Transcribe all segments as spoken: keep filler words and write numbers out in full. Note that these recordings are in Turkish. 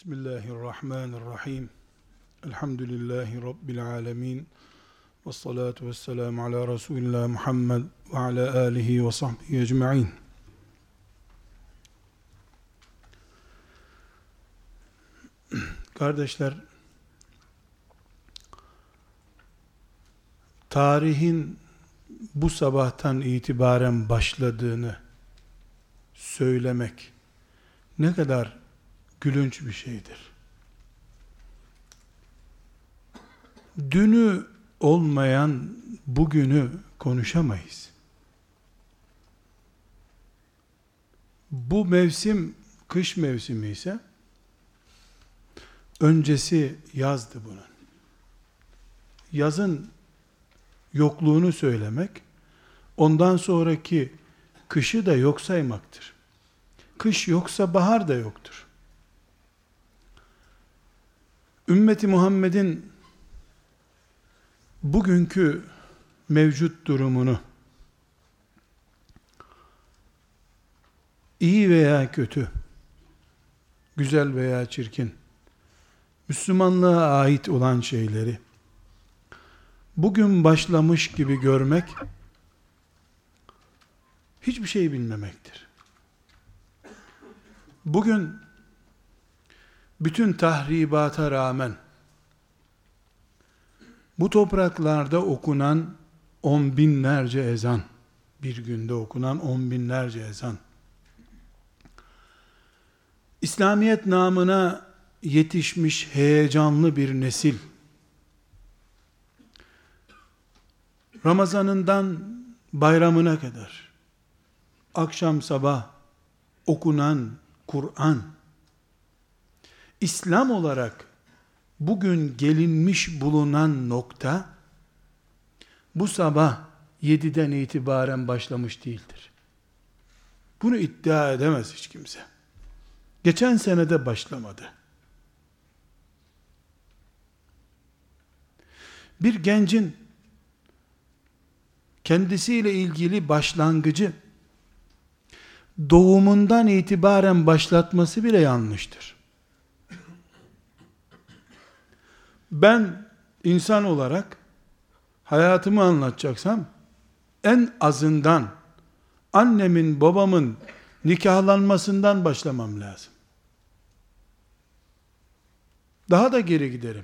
Bismillahirrahmanirrahim. Elhamdülillahi Rabbil alemin. Ve salatu ve selamu ala Resulillah Muhammed ve ala alihi ve sahbihi ecma'in. Kardeşler, tarihin bu sabahtan itibaren başladığını söylemek ne kadar gülünç bir şeydir. Dünü olmayan bugünü konuşamayız. Bu mevsim kış mevsimi ise öncesi yazdı bunun. Yazın yokluğunu söylemek, ondan sonraki kışı da yok saymaktır. Kış yoksa bahar da yoktur. Ümmeti Muhammed'in bugünkü mevcut durumunu, iyi veya kötü, güzel veya çirkin, Müslümanlığa ait olan şeyleri bugün başlamış gibi görmek hiçbir şey bilmemektir. Bugün bütün tahribata rağmen bu topraklarda okunan on binlerce ezan, bir günde okunan on binlerce ezan, İslamiyet namına yetişmiş heyecanlı bir nesil, Ramazanından bayramına kadar, akşam sabah okunan Kur'an, İslam olarak bugün gelinmiş bulunan nokta, bu sabah yediden itibaren başlamış değildir. Bunu iddia edemez hiç kimse. Geçen senede başlamadı. Bir gencin kendisiyle ilgili başlangıcı doğumundan itibaren başlatması bile yanlıştır. Ben insan olarak hayatımı anlatacaksam en azından annemin babamın nikahlanmasından başlamam lazım. Daha da geri giderim.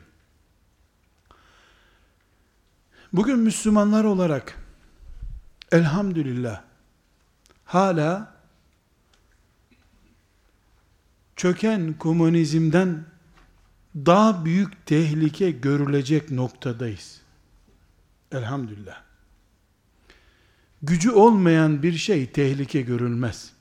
Bugün Müslümanlar olarak elhamdülillah hala çöken komünizmden daha büyük tehlike görülecek noktadayız. Elhamdülillah. Gücü olmayan bir şey tehlike görülmez.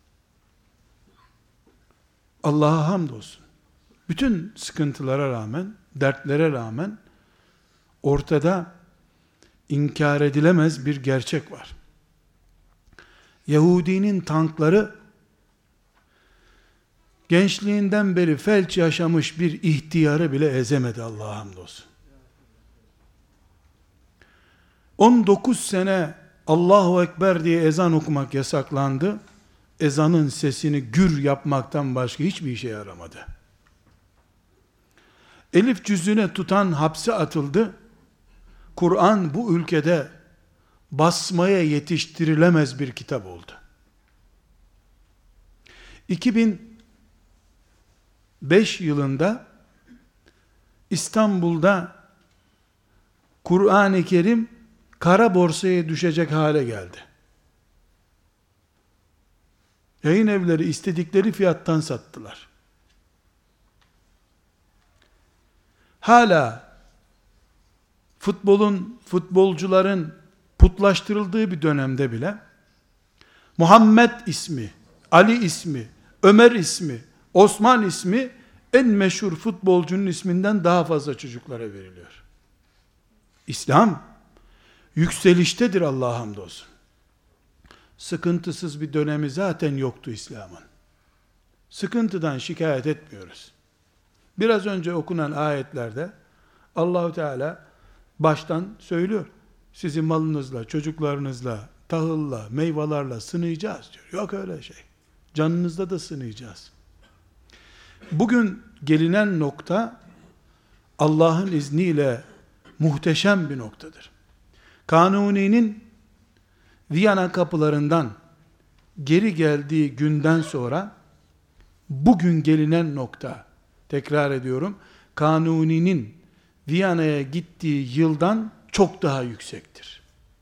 Allah'a hamdolsun. Bütün sıkıntılara rağmen, dertlere rağmen ortada inkar edilemez bir gerçek var. Yahudinin tankları gençliğinden beri felç yaşamış bir ihtiyarı bile ezemedi, Allah'a hamdolsun. on dokuz sene Allahu Ekber diye ezan okumak yasaklandı. Ezanın sesini gür yapmaktan başka hiçbir işe yaramadı. Elif cüzüne tutan hapse atıldı. Kur'an bu ülkede basmaya yetiştirilemez bir kitap oldu. iki bin beş yılında İstanbul'da Kur'an-ı Kerim kara borsaya düşecek hale geldi. Yayın evleri istedikleri fiyattan sattılar. Hala futbolun, futbolcuların putlaştırıldığı bir dönemde bile Muhammed ismi, Ali ismi, Ömer ismi, Osman ismi en meşhur futbolcunun isminden daha fazla çocuklara veriliyor. İslam yükseliştedir, Allah'a hamdolsun. Sıkıntısız bir dönemi zaten yoktu İslam'ın. Sıkıntıdan şikayet etmiyoruz. Biraz önce okunan ayetlerde Allahu Teala baştan söylüyor. Sizi malınızla, çocuklarınızla, tahılla, meyvelerle sınayacağız diyor. Yok öyle şey. Canınızda da sınayacağız. Bugün gelinen nokta Allah'ın izniyle muhteşem bir noktadır. Kanuni'nin Viyana kapılarından geri geldiği günden sonra bugün gelinen nokta, tekrar ediyorum, Kanuni'nin Viyana'ya gittiği yıldan çok daha yüksektir.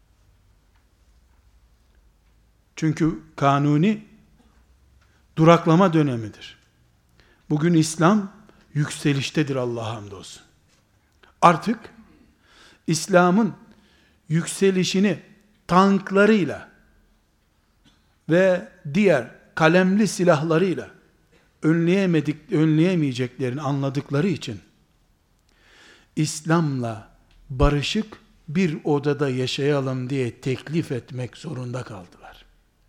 Çünkü Kanuni duraklama dönemidir. Bugün İslam yükseliştedir, Allah'a hamdolsun. Artık İslam'ın yükselişini tanklarıyla ve diğer kalemli silahlarıyla önleyemedik, önleyemeyeceklerini anladıkları için İslam'la barışık bir odada yaşayalım diye teklif etmek zorunda kaldılar.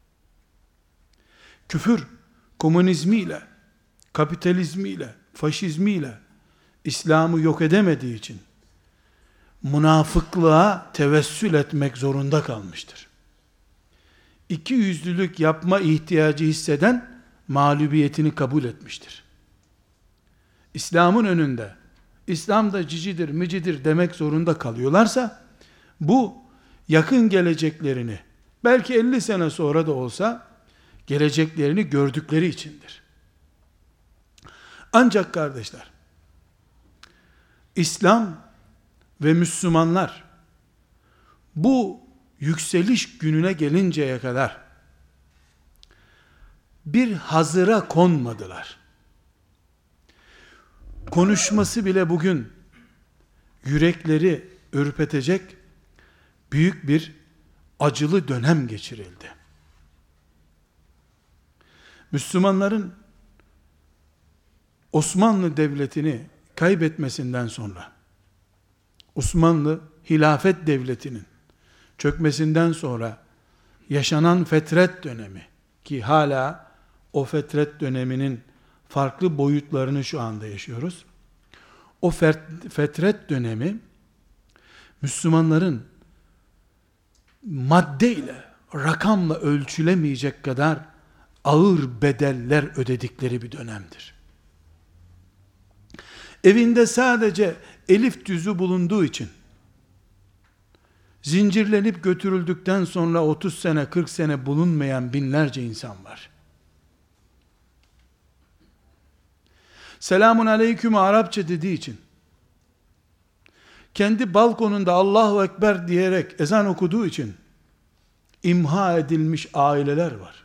Küfür, komünizmiyle, kapitalizmiyle, faşizmiyle İslam'ı yok edemediği için münafıklığa tevessül etmek zorunda kalmıştır. İki yüzlülük yapma ihtiyacı hisseden mağlubiyetini kabul etmiştir. İslam'ın önünde İslam da cicidir, micidir demek zorunda kalıyorlarsa bu yakın geleceklerini, belki elli sene sonra da olsa geleceklerini gördükleri içindir. Ancak kardeşler, İslam ve Müslümanlar bu yükseliş gününe gelinceye kadar bir hazıra konmadılar. Konuşması bile bugün yürekleri ürpetecek büyük bir acılı dönem geçirildi. Müslümanların Osmanlı Devleti'ni kaybetmesinden sonra, Osmanlı Hilafet Devleti'nin çökmesinden sonra yaşanan fetret dönemi, ki hala o fetret döneminin farklı boyutlarını şu anda yaşıyoruz. O fetret dönemi Müslümanların maddeyle, rakamla ölçülemeyecek kadar ağır bedeller ödedikleri bir dönemdir. Evinde sadece elif cüzü bulunduğu için zincirlenip götürüldükten sonra otuz sene, kırk sene bulunmayan binlerce insan var. Selamun aleyküm Arapça dediği için, kendi balkonunda Allahu Ekber diyerek ezan okuduğu için imha edilmiş aileler var.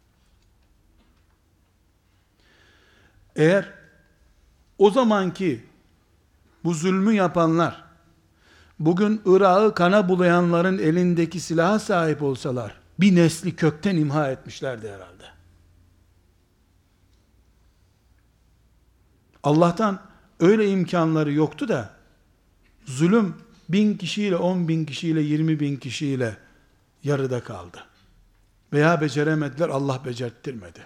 Eğer o zamanki bu zulmü yapanlar bugün Irak'ı kana bulayanların elindeki silaha sahip olsalar bir nesli kökten imha etmişlerdi herhalde. Allah'tan öyle imkanları yoktu da zulüm bin kişiyle, on bin kişiyle, yirmi bin kişiyle yarıda kaldı. Veya beceremediler, Allah becerttirmedi.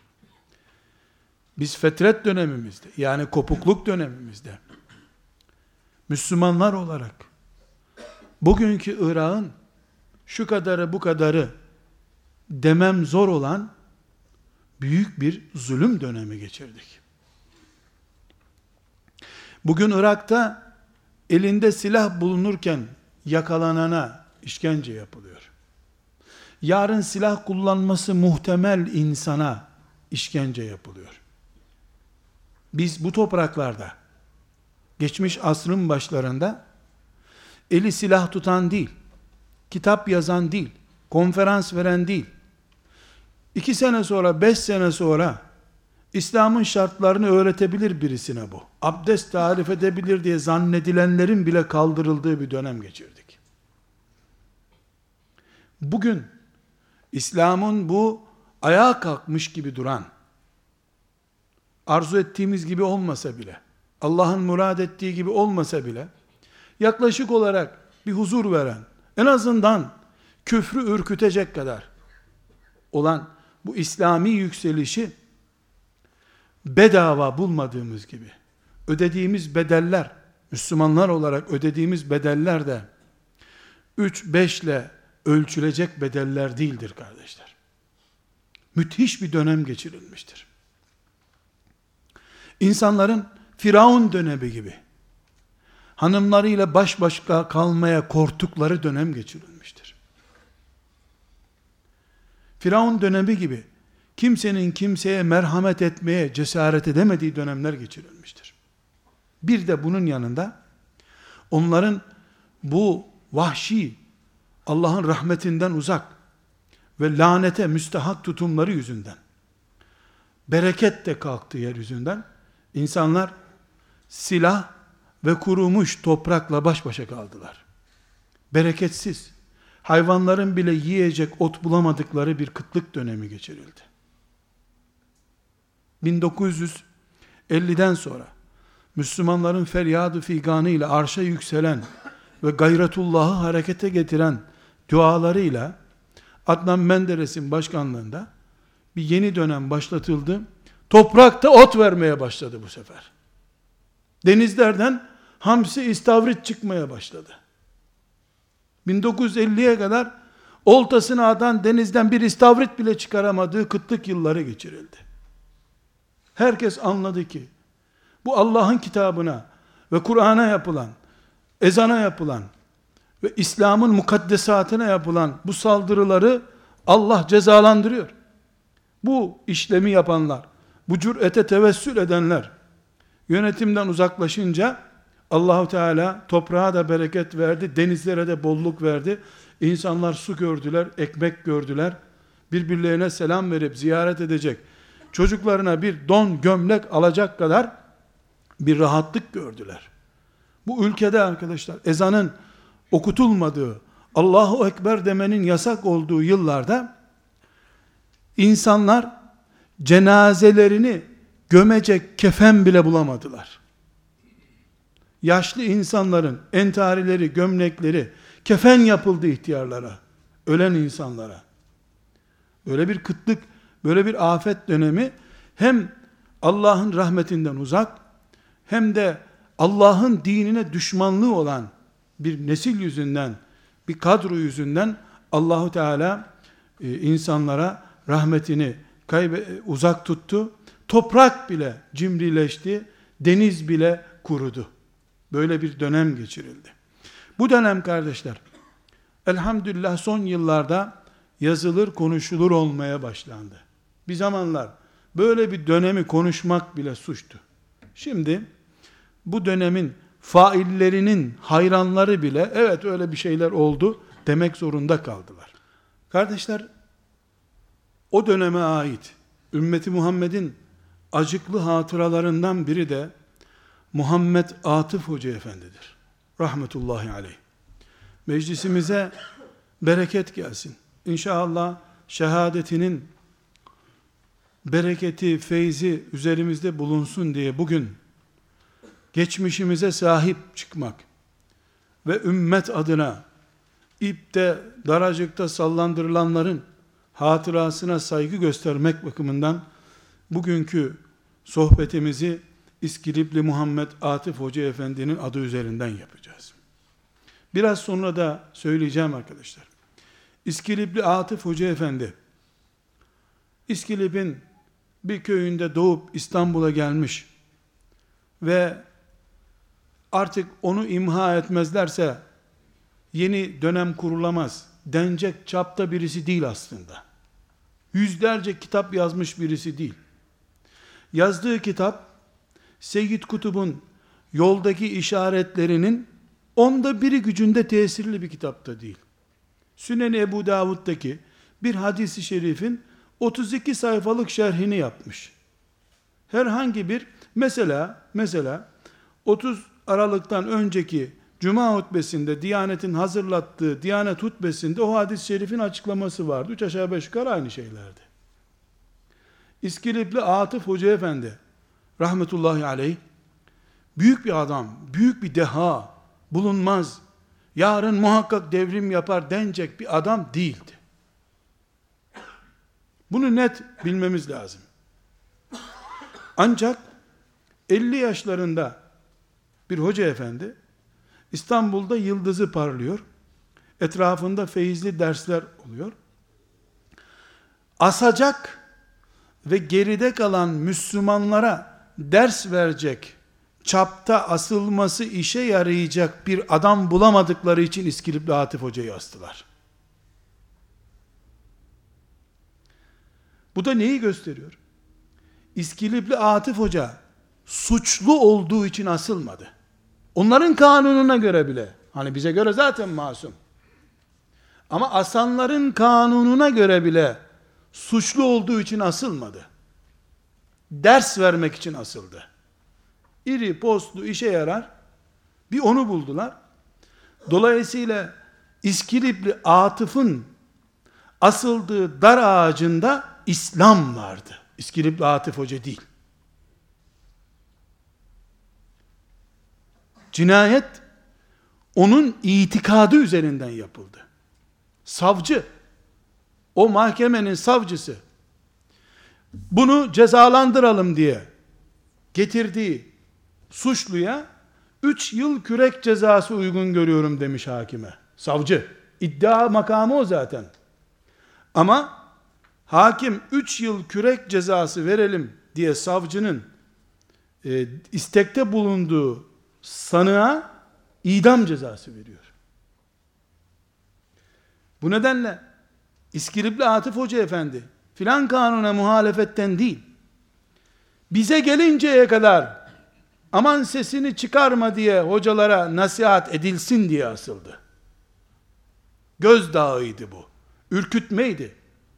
Biz fetret dönemimizde, yani kopukluk dönemimizde Müslümanlar olarak bugünkü Irak'ın şu kadarı bu kadarı demem zor olan büyük bir zulüm dönemi geçirdik. Bugün Irak'ta elinde silah bulunurken yakalanana işkence yapılıyor. Yarın silah kullanması muhtemel insana işkence yapılıyor. Biz bu topraklarda geçmiş asrın başlarında eli silah tutan değil, kitap yazan değil, konferans veren değil, iki sene sonra, beş sene sonra İslam'ın şartlarını öğretebilir birisine bu, abdest tarif edebilir diye zannedilenlerin bile kaldırıldığı bir dönem geçirdik. Bugün İslam'ın bu ayağa kalkmış gibi duran, arzu ettiğimiz gibi olmasa bile, Allah'ın murad ettiği gibi olmasa bile, yaklaşık olarak bir huzur veren, en azından küfrü ürkütecek kadar olan bu İslami yükselişi bedava bulmadığımız gibi, ödediğimiz bedeller, Müslümanlar olarak ödediğimiz bedeller de üç beş ile ölçülecek bedeller değildir kardeşler. Müthiş bir dönem geçirilmiştir. İnsanların Firavun dönemi gibi hanımlarıyla baş başa kalmaya korktukları dönem geçirilmiştir. Firavun dönemi gibi kimsenin kimseye merhamet etmeye cesaret edemediği dönemler geçirilmiştir. Bir de bunun yanında onların bu vahşi, Allah'ın rahmetinden uzak ve lanete müstahak tutumları yüzünden, bereket de kalktı yeryüzünden, insanlar silah ve kurumuş toprakla baş başa kaldılar. Bereketsiz, hayvanların bile yiyecek ot bulamadıkları bir kıtlık dönemi geçirildi. bin dokuz yüz elliden sonra Müslümanların feryadı figanı ile arşa yükselen ve gayretullahı harekete getiren dualarıyla Adnan Menderes'in başkanlığında bir yeni dönem başlatıldı. Toprakta ot vermeye başladı bu sefer. Denizlerden hamsi, istavrit çıkmaya başladı. bin dokuz yüz elliye kadar oltasını atan denizden bir istavrit bile çıkaramadığı kıtlık yılları geçirildi. Herkes anladı ki bu Allah'ın kitabına ve Kur'an'a yapılan, ezana yapılan ve İslam'ın mukaddesatına yapılan bu saldırıları Allah cezalandırıyor. Bu işlemi yapanlar, bu cürete tevessül edenler yönetimden uzaklaşınca Allahu Teala toprağa da bereket verdi, denizlere de bolluk verdi. İnsanlar su gördüler, ekmek gördüler. Birbirlerine selam verip ziyaret edecek, çocuklarına bir don gömlek alacak kadar bir rahatlık gördüler. Bu ülkede arkadaşlar ezanın okutulmadığı, Allahu Ekber demenin yasak olduğu yıllarda insanlar cenazelerini gömecek kefen bile bulamadılar. Yaşlı insanların entarileri, gömlekleri kefen yapıldı ihtiyarlara, ölen insanlara. Böyle bir kıtlık, böyle bir afet dönemi hem Allah'ın rahmetinden uzak hem de Allah'ın dinine düşmanlığı olan bir nesil yüzünden, bir kadro yüzünden Allahu Teala e, insanlara rahmetini kaybe, uzak tuttu. Toprak bile cimrileşti, deniz bile kurudu. Böyle bir dönem geçirildi. Bu dönem kardeşler, elhamdülillah son yıllarda yazılır, konuşulur olmaya başlandı. Bir zamanlar böyle bir dönemi konuşmak bile suçtu. Şimdi bu dönemin faillerinin hayranları bile evet öyle bir şeyler oldu demek zorunda kaldılar. Kardeşler, o döneme ait ümmeti Muhammed'in acıklı hatıralarından biri de Muhammed Atıf Hoca Efendi'dir. Rahmetullahi aleyh. Meclisimize bereket gelsin. İnşallah şehadetinin bereketi, feyzi üzerimizde bulunsun diye bugün geçmişimize sahip çıkmak ve ümmet adına ipte, daracıkta sallandırılanların hatırasına saygı göstermek bakımından bugünkü sohbetimizi İskilipli Muhammed Atıf Hoca Efendi'nin adı üzerinden yapacağız. Biraz sonra da söyleyeceğim arkadaşlar. İskilipli Atıf Hoca Efendi, İskilip'in bir köyünde doğup İstanbul'a gelmiş ve artık onu imha etmezlerse yeni dönem kurulamaz denecek çapta birisi değil aslında. Yüzlerce kitap yazmış birisi değil. Yazdığı kitap Seyyid Kutub'un yoldaki işaretlerinin onda biri gücünde tesirli bir kitapta değil. Sünen-i Ebu Davud'daki bir hadisi şerifin otuz iki sayfalık şerhini yapmış. Herhangi bir mesela mesela otuz Aralık'tan önceki Cuma hutbesinde Diyanet'in hazırlattığı Diyanet hutbesinde o hadis-i şerifin açıklaması vardı. Üç aşağı beş yukarı aynı şeylerdi. İskilipli Atıf Hoca Efendi rahmetullahi aleyh büyük bir adam, büyük bir deha, bulunmaz, yarın muhakkak devrim yapar denecek bir adam değildi. Bunu net bilmemiz lazım. Ancak elli yaşlarında bir hoca efendi İstanbul'da yıldızı parlıyor. Etrafında feyizli dersler oluyor. Asacak ve geride kalan Müslümanlara ders verecek, çapta asılması işe yarayacak bir adam bulamadıkları için İskilipli Atif Hoca'yı astılar. Bu da neyi gösteriyor? İskilipli Atif Hoca suçlu olduğu için asılmadı. Onların kanununa göre bile, hani bize göre zaten masum. Ama asanların kanununa göre bile suçlu olduğu için asılmadı. Ders vermek için asıldı. İri postlu işe yarar. Bir onu buldular. Dolayısıyla İskilipli Atıf'ın asıldığı dar ağacında İslam vardı. İskilipli Atif Hoca değil. Cinayet onun itikadı üzerinden yapıldı. Savcı, o mahkemenin savcısı, bunu cezalandıralım diye getirdiği suçluya üç yıl kürek cezası uygun görüyorum demiş hakime. Savcı. İddia makamı o zaten. Ama hakim üç yıl kürek cezası verelim diye savcının e, istekte bulunduğu sanığa idam cezası veriyor. Bu nedenle İskilipli Atif Hoca Efendi filan kanuna muhalefetten değil, bize gelinceye kadar aman sesini çıkarma diye hocalara nasihat edilsin diye asıldı. Gözdağıydı bu. Ürkütmeydi.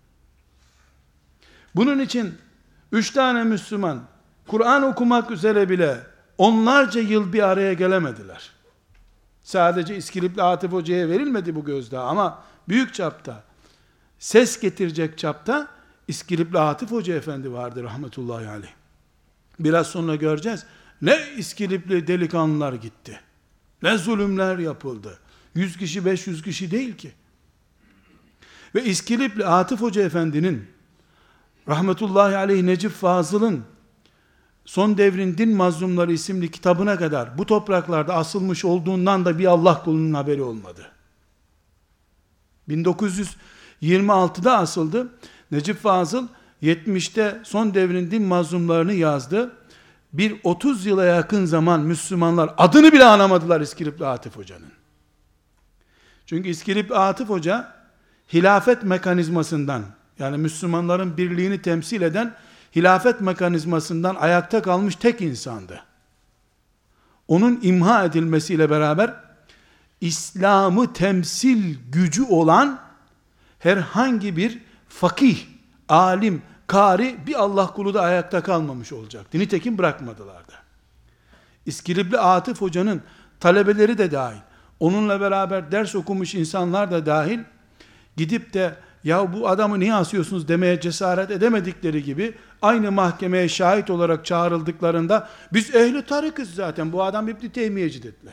Bunun için üç tane Müslüman Kur'an okumak üzere bile onlarca yıl bir araya gelemediler. Sadece İskilipli Atif Hoca'ya verilmedi bu gözdağı ama büyük çapta, ses getirecek çapta İskilipli Atif Hoca Efendi vardı rahmetullahi aleyh. Biraz sonra göreceğiz. Ne İskilipli delikanlılar gitti. Ne zulümler yapıldı. Yüz kişi, beş yüz kişi değil ki. Ve İskilipli Atif Hoca Efendi'nin rahmetullahi aleyh Necip Fazıl'ın Son Devrin Din Mazlumları isimli kitabına kadar bu topraklarda asılmış olduğundan da bir Allah kulunun haberi olmadı. bin dokuz yüz yirmi altıda asıldı. Necip Fazıl yetmişte Son Devrin Din Mazlumlarını yazdı. Bir otuz yıla yakın zaman Müslümanlar adını bile anamadılar İskilipli Atif Hoca'nın. Çünkü İskilipli Atif Hoca hilafet mekanizmasından, yani Müslümanların birliğini temsil eden hilafet mekanizmasından ayakta kalmış tek insandı. Onun imha edilmesiyle beraber İslam'ı temsil gücü olan herhangi bir fakih, alim, kari bir Allah kulu da ayakta kalmamış olacaktı. Nitekim bırakmadılar da. İskilipli Atif Hoca'nın talebeleri de dahil, onunla beraber ders okumuş insanlar da dahil, gidip de ya bu adamı niye asıyorsunuz demeye cesaret edemedikleri gibi, aynı mahkemeye şahit olarak çağrıldıklarında, biz ehli tarikız zaten, bu adam İbn-i Teymiyeci dediler.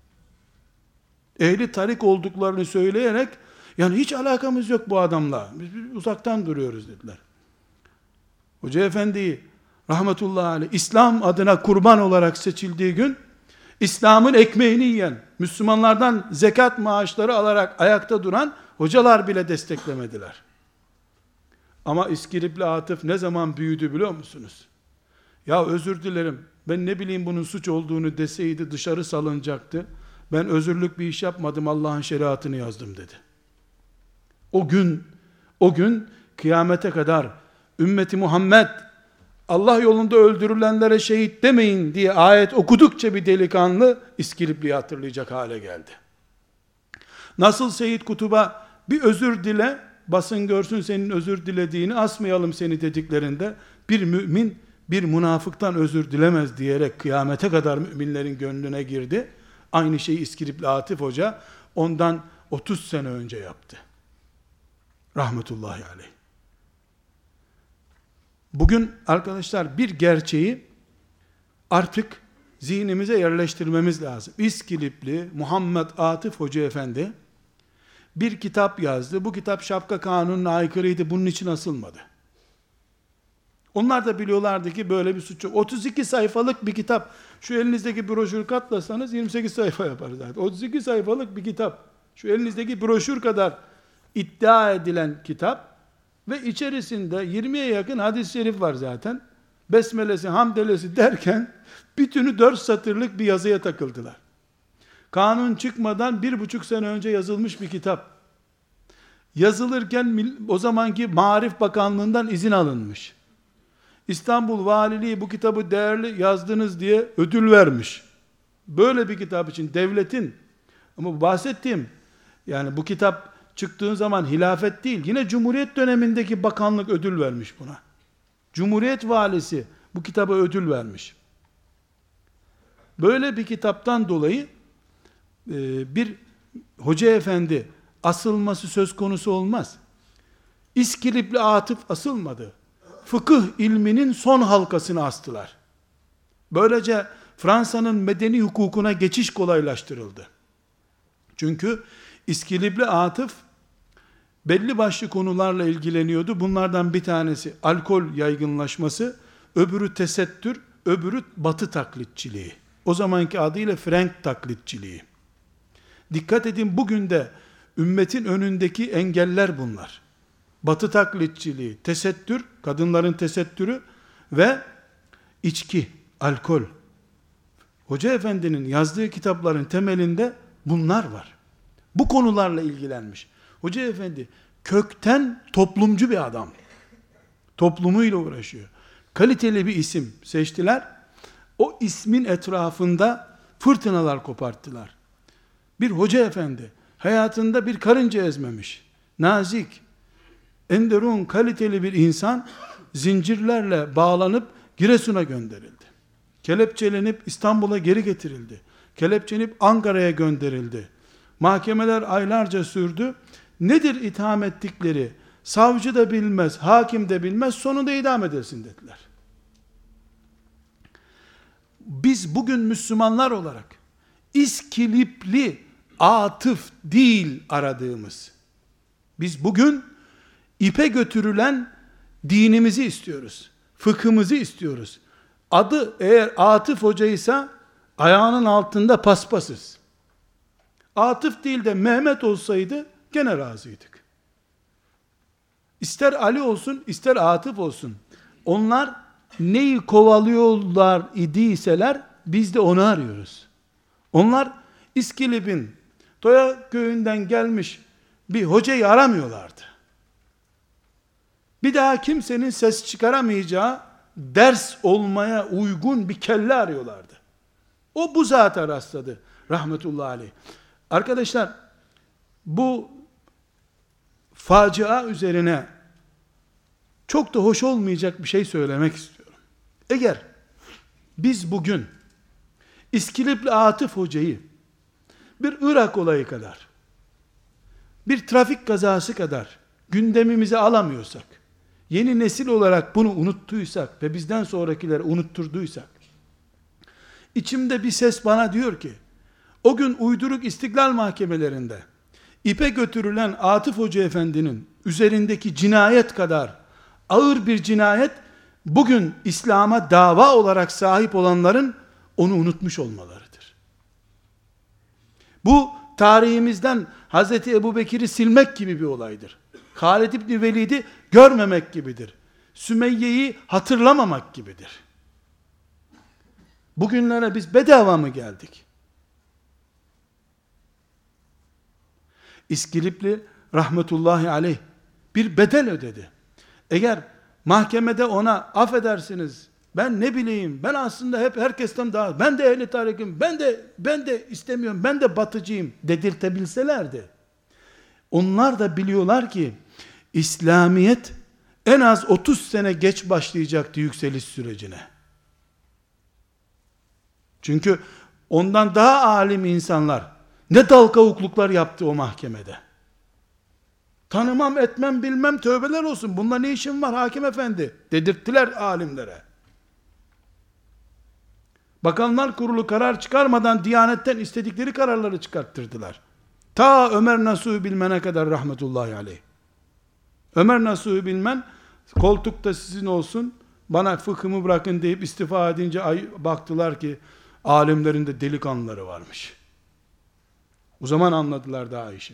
Ehli tarik olduklarını söyleyerek, yani hiç alakamız yok bu adamla, biz uzaktan duruyoruz dediler. Hoca Efendi'yi rahmetullahi aleyh İslam adına kurban olarak seçildiği gün, İslam'ın ekmeğini yiyen, Müslümanlardan zekat maaşları alarak ayakta duran hocalar bile desteklemediler. Ama İskilipli Atif ne zaman büyüdü biliyor musunuz? Ya özür dilerim, ben ne bileyim bunun suç olduğunu deseydi dışarı salınacaktı. Ben özürlük bir iş yapmadım, Allah'ın şeriatını yazdım dedi. O gün, o gün kıyamete kadar ümmeti Muhammed Allah yolunda öldürülenlere şehit demeyin diye ayet okudukça bir delikanlı İskilipli'yi hatırlayacak hale geldi. Nasıl Seyyid Kutub'a bir özür dile, basın görsün senin özür dilediğini, asmayalım seni dediklerinde, bir mümin bir münafıktan özür dilemez diyerek kıyamete kadar müminlerin gönlüne girdi. Aynı şeyi İskilipli Atif Hoca ondan otuz sene önce yaptı. Rahmetullahi aleyh. Bugün arkadaşlar bir gerçeği artık zihnimize yerleştirmemiz lazım. İskilipli Muhammed Atif Hoca Efendi bir kitap yazdı. Bu kitap şapka kanununa aykırıydı. Bunun için asılmadı. Onlar da biliyorlardı ki böyle bir suç yok. otuz iki sayfalık bir kitap. Şu elinizdeki broşür katlasanız yirmi sekiz sayfa yapar zaten. otuz iki sayfalık bir kitap. Şu elinizdeki broşür kadar iddia edilen kitap ve içerisinde yirmiye yakın hadis-i şerif var zaten. besmelesi, hamdelesi derken bütünü dört satırlık bir yazıya takıldılar. Kanun çıkmadan bir buçuk sene önce yazılmış bir kitap. Yazılırken o zamanki Maarif Bakanlığı'ndan izin alınmış. İstanbul Valiliği bu kitabı değerli yazdınız diye ödül vermiş. Böyle bir kitap için devletin, ama bu bahsettiğim, yani bu kitap çıktığı zaman hilafet değil, yine Cumhuriyet dönemindeki bakanlık ödül vermiş buna. Cumhuriyet valisi bu kitaba ödül vermiş. Böyle bir kitaptan dolayı e, bir hoca efendi asılması söz konusu olmaz. İskilipli Atıf asılmadı. Fıkıh ilminin son halkasını astılar. Böylece Fransa'nın medeni hukukuna geçiş kolaylaştırıldı. Çünkü İskilipli Atıf belli başlı konularla ilgileniyordu. Bunlardan bir tanesi alkol yaygınlaşması, öbürü tesettür, öbürü batı taklitçiliği. O zamanki adıyla Frank taklitçiliği. Dikkat edin, bugün de ümmetin önündeki engeller bunlar. Batı taklitçiliği, tesettür, kadınların tesettürü ve içki, alkol. Hoca efendinin yazdığı kitapların temelinde bunlar var. Bu konularla ilgilenmiş. Hoca efendi kökten toplumcu bir adam. Toplumuyla uğraşıyor. Kaliteli bir isim seçtiler. O ismin etrafında fırtınalar koparttılar. Bir hoca efendi hayatında bir karınca ezmemiş. Nazik, enderun, kaliteli bir insan zincirlerle bağlanıp Giresun'a gönderildi. Kelepçelenip İstanbul'a geri getirildi. Kelepçelenip Ankara'ya gönderildi. Mahkemeler aylarca sürdü. Nedir itham ettikleri? Savcı da bilmez, hakim de bilmez, sonunda idam edilsin dediler. Biz bugün Müslümanlar olarak İskilipli Atıf değil aradığımız. Biz bugün ipe götürülen dinimizi istiyoruz. Fıkhımızı istiyoruz. Adı eğer Atıf hocaysa ayağının altında paspasız. Atıf değil de Mehmet olsaydı gene razıydık. İster Ali olsun, ister Atıf olsun. Onlar neyi kovalıyorlar idiyseler biz de onu arıyoruz. Onlar İskilip'in Toya köyünden gelmiş bir hocayı aramıyorlardı. Bir daha kimsenin ses çıkaramayacağı ders olmaya uygun bir kelle arıyorlardı. O bu zata rastladı rahmetullahi aleyh. Arkadaşlar, bu facia üzerine çok da hoş olmayacak bir şey söylemek istiyorum. Eğer biz bugün İskilipli Atıf hocayı bir Irak olayı kadar, bir trafik kazası kadar gündemimize alamıyorsak, yeni nesil olarak bunu unuttuysak ve bizden sonrakileri unutturduysak, içimde bir ses bana diyor ki, o gün uyduruk istiklal mahkemelerinde ipe götürülen Atıf Hoca Efendi'nin üzerindeki cinayet kadar ağır bir cinayet, bugün İslam'a dava olarak sahip olanların onu unutmuş olmalarıdır. Bu tarihimizden Hazreti Ebubekir'i silmek gibi bir olaydır. Halid İbni Velid'i görmemek gibidir. Sümeyye'yi hatırlamamak gibidir. Bugünlere biz bedava mı geldik? İskilipli rahmetullahi aleyh bir bedel ödedi. Eğer mahkemede ona affedersiniz, ben ne bileyim, ben aslında hep herkesten daha, ben de ehli tarikim, ben de ben de istemiyorum, ben de batıcıyım dedirtebilselerdi. Onlar da biliyorlar ki İslamiyet en az otuz sene geç başlayacaktı yükseliş sürecine. Çünkü ondan daha alim insanlar ne dal kavukluklar yaptı o mahkemede. Tanımam etmem bilmem, tövbeler olsun, bununla ne işim var hakim efendi dedirttiler alimlere. Bakanlar Kurulu karar çıkarmadan Diyanet'ten istedikleri kararları çıkarttırdılar. Ta Ömer Nasuhi Bilmen'e kadar rahmetullahi aleyh. Ömer Nasuhi Bilmen, koltukta sizin olsun, bana fıkhımı bırakın deyip istifa edince ay, baktılar ki alimlerin de delikanlıları varmış. O zaman anladılar daha işi.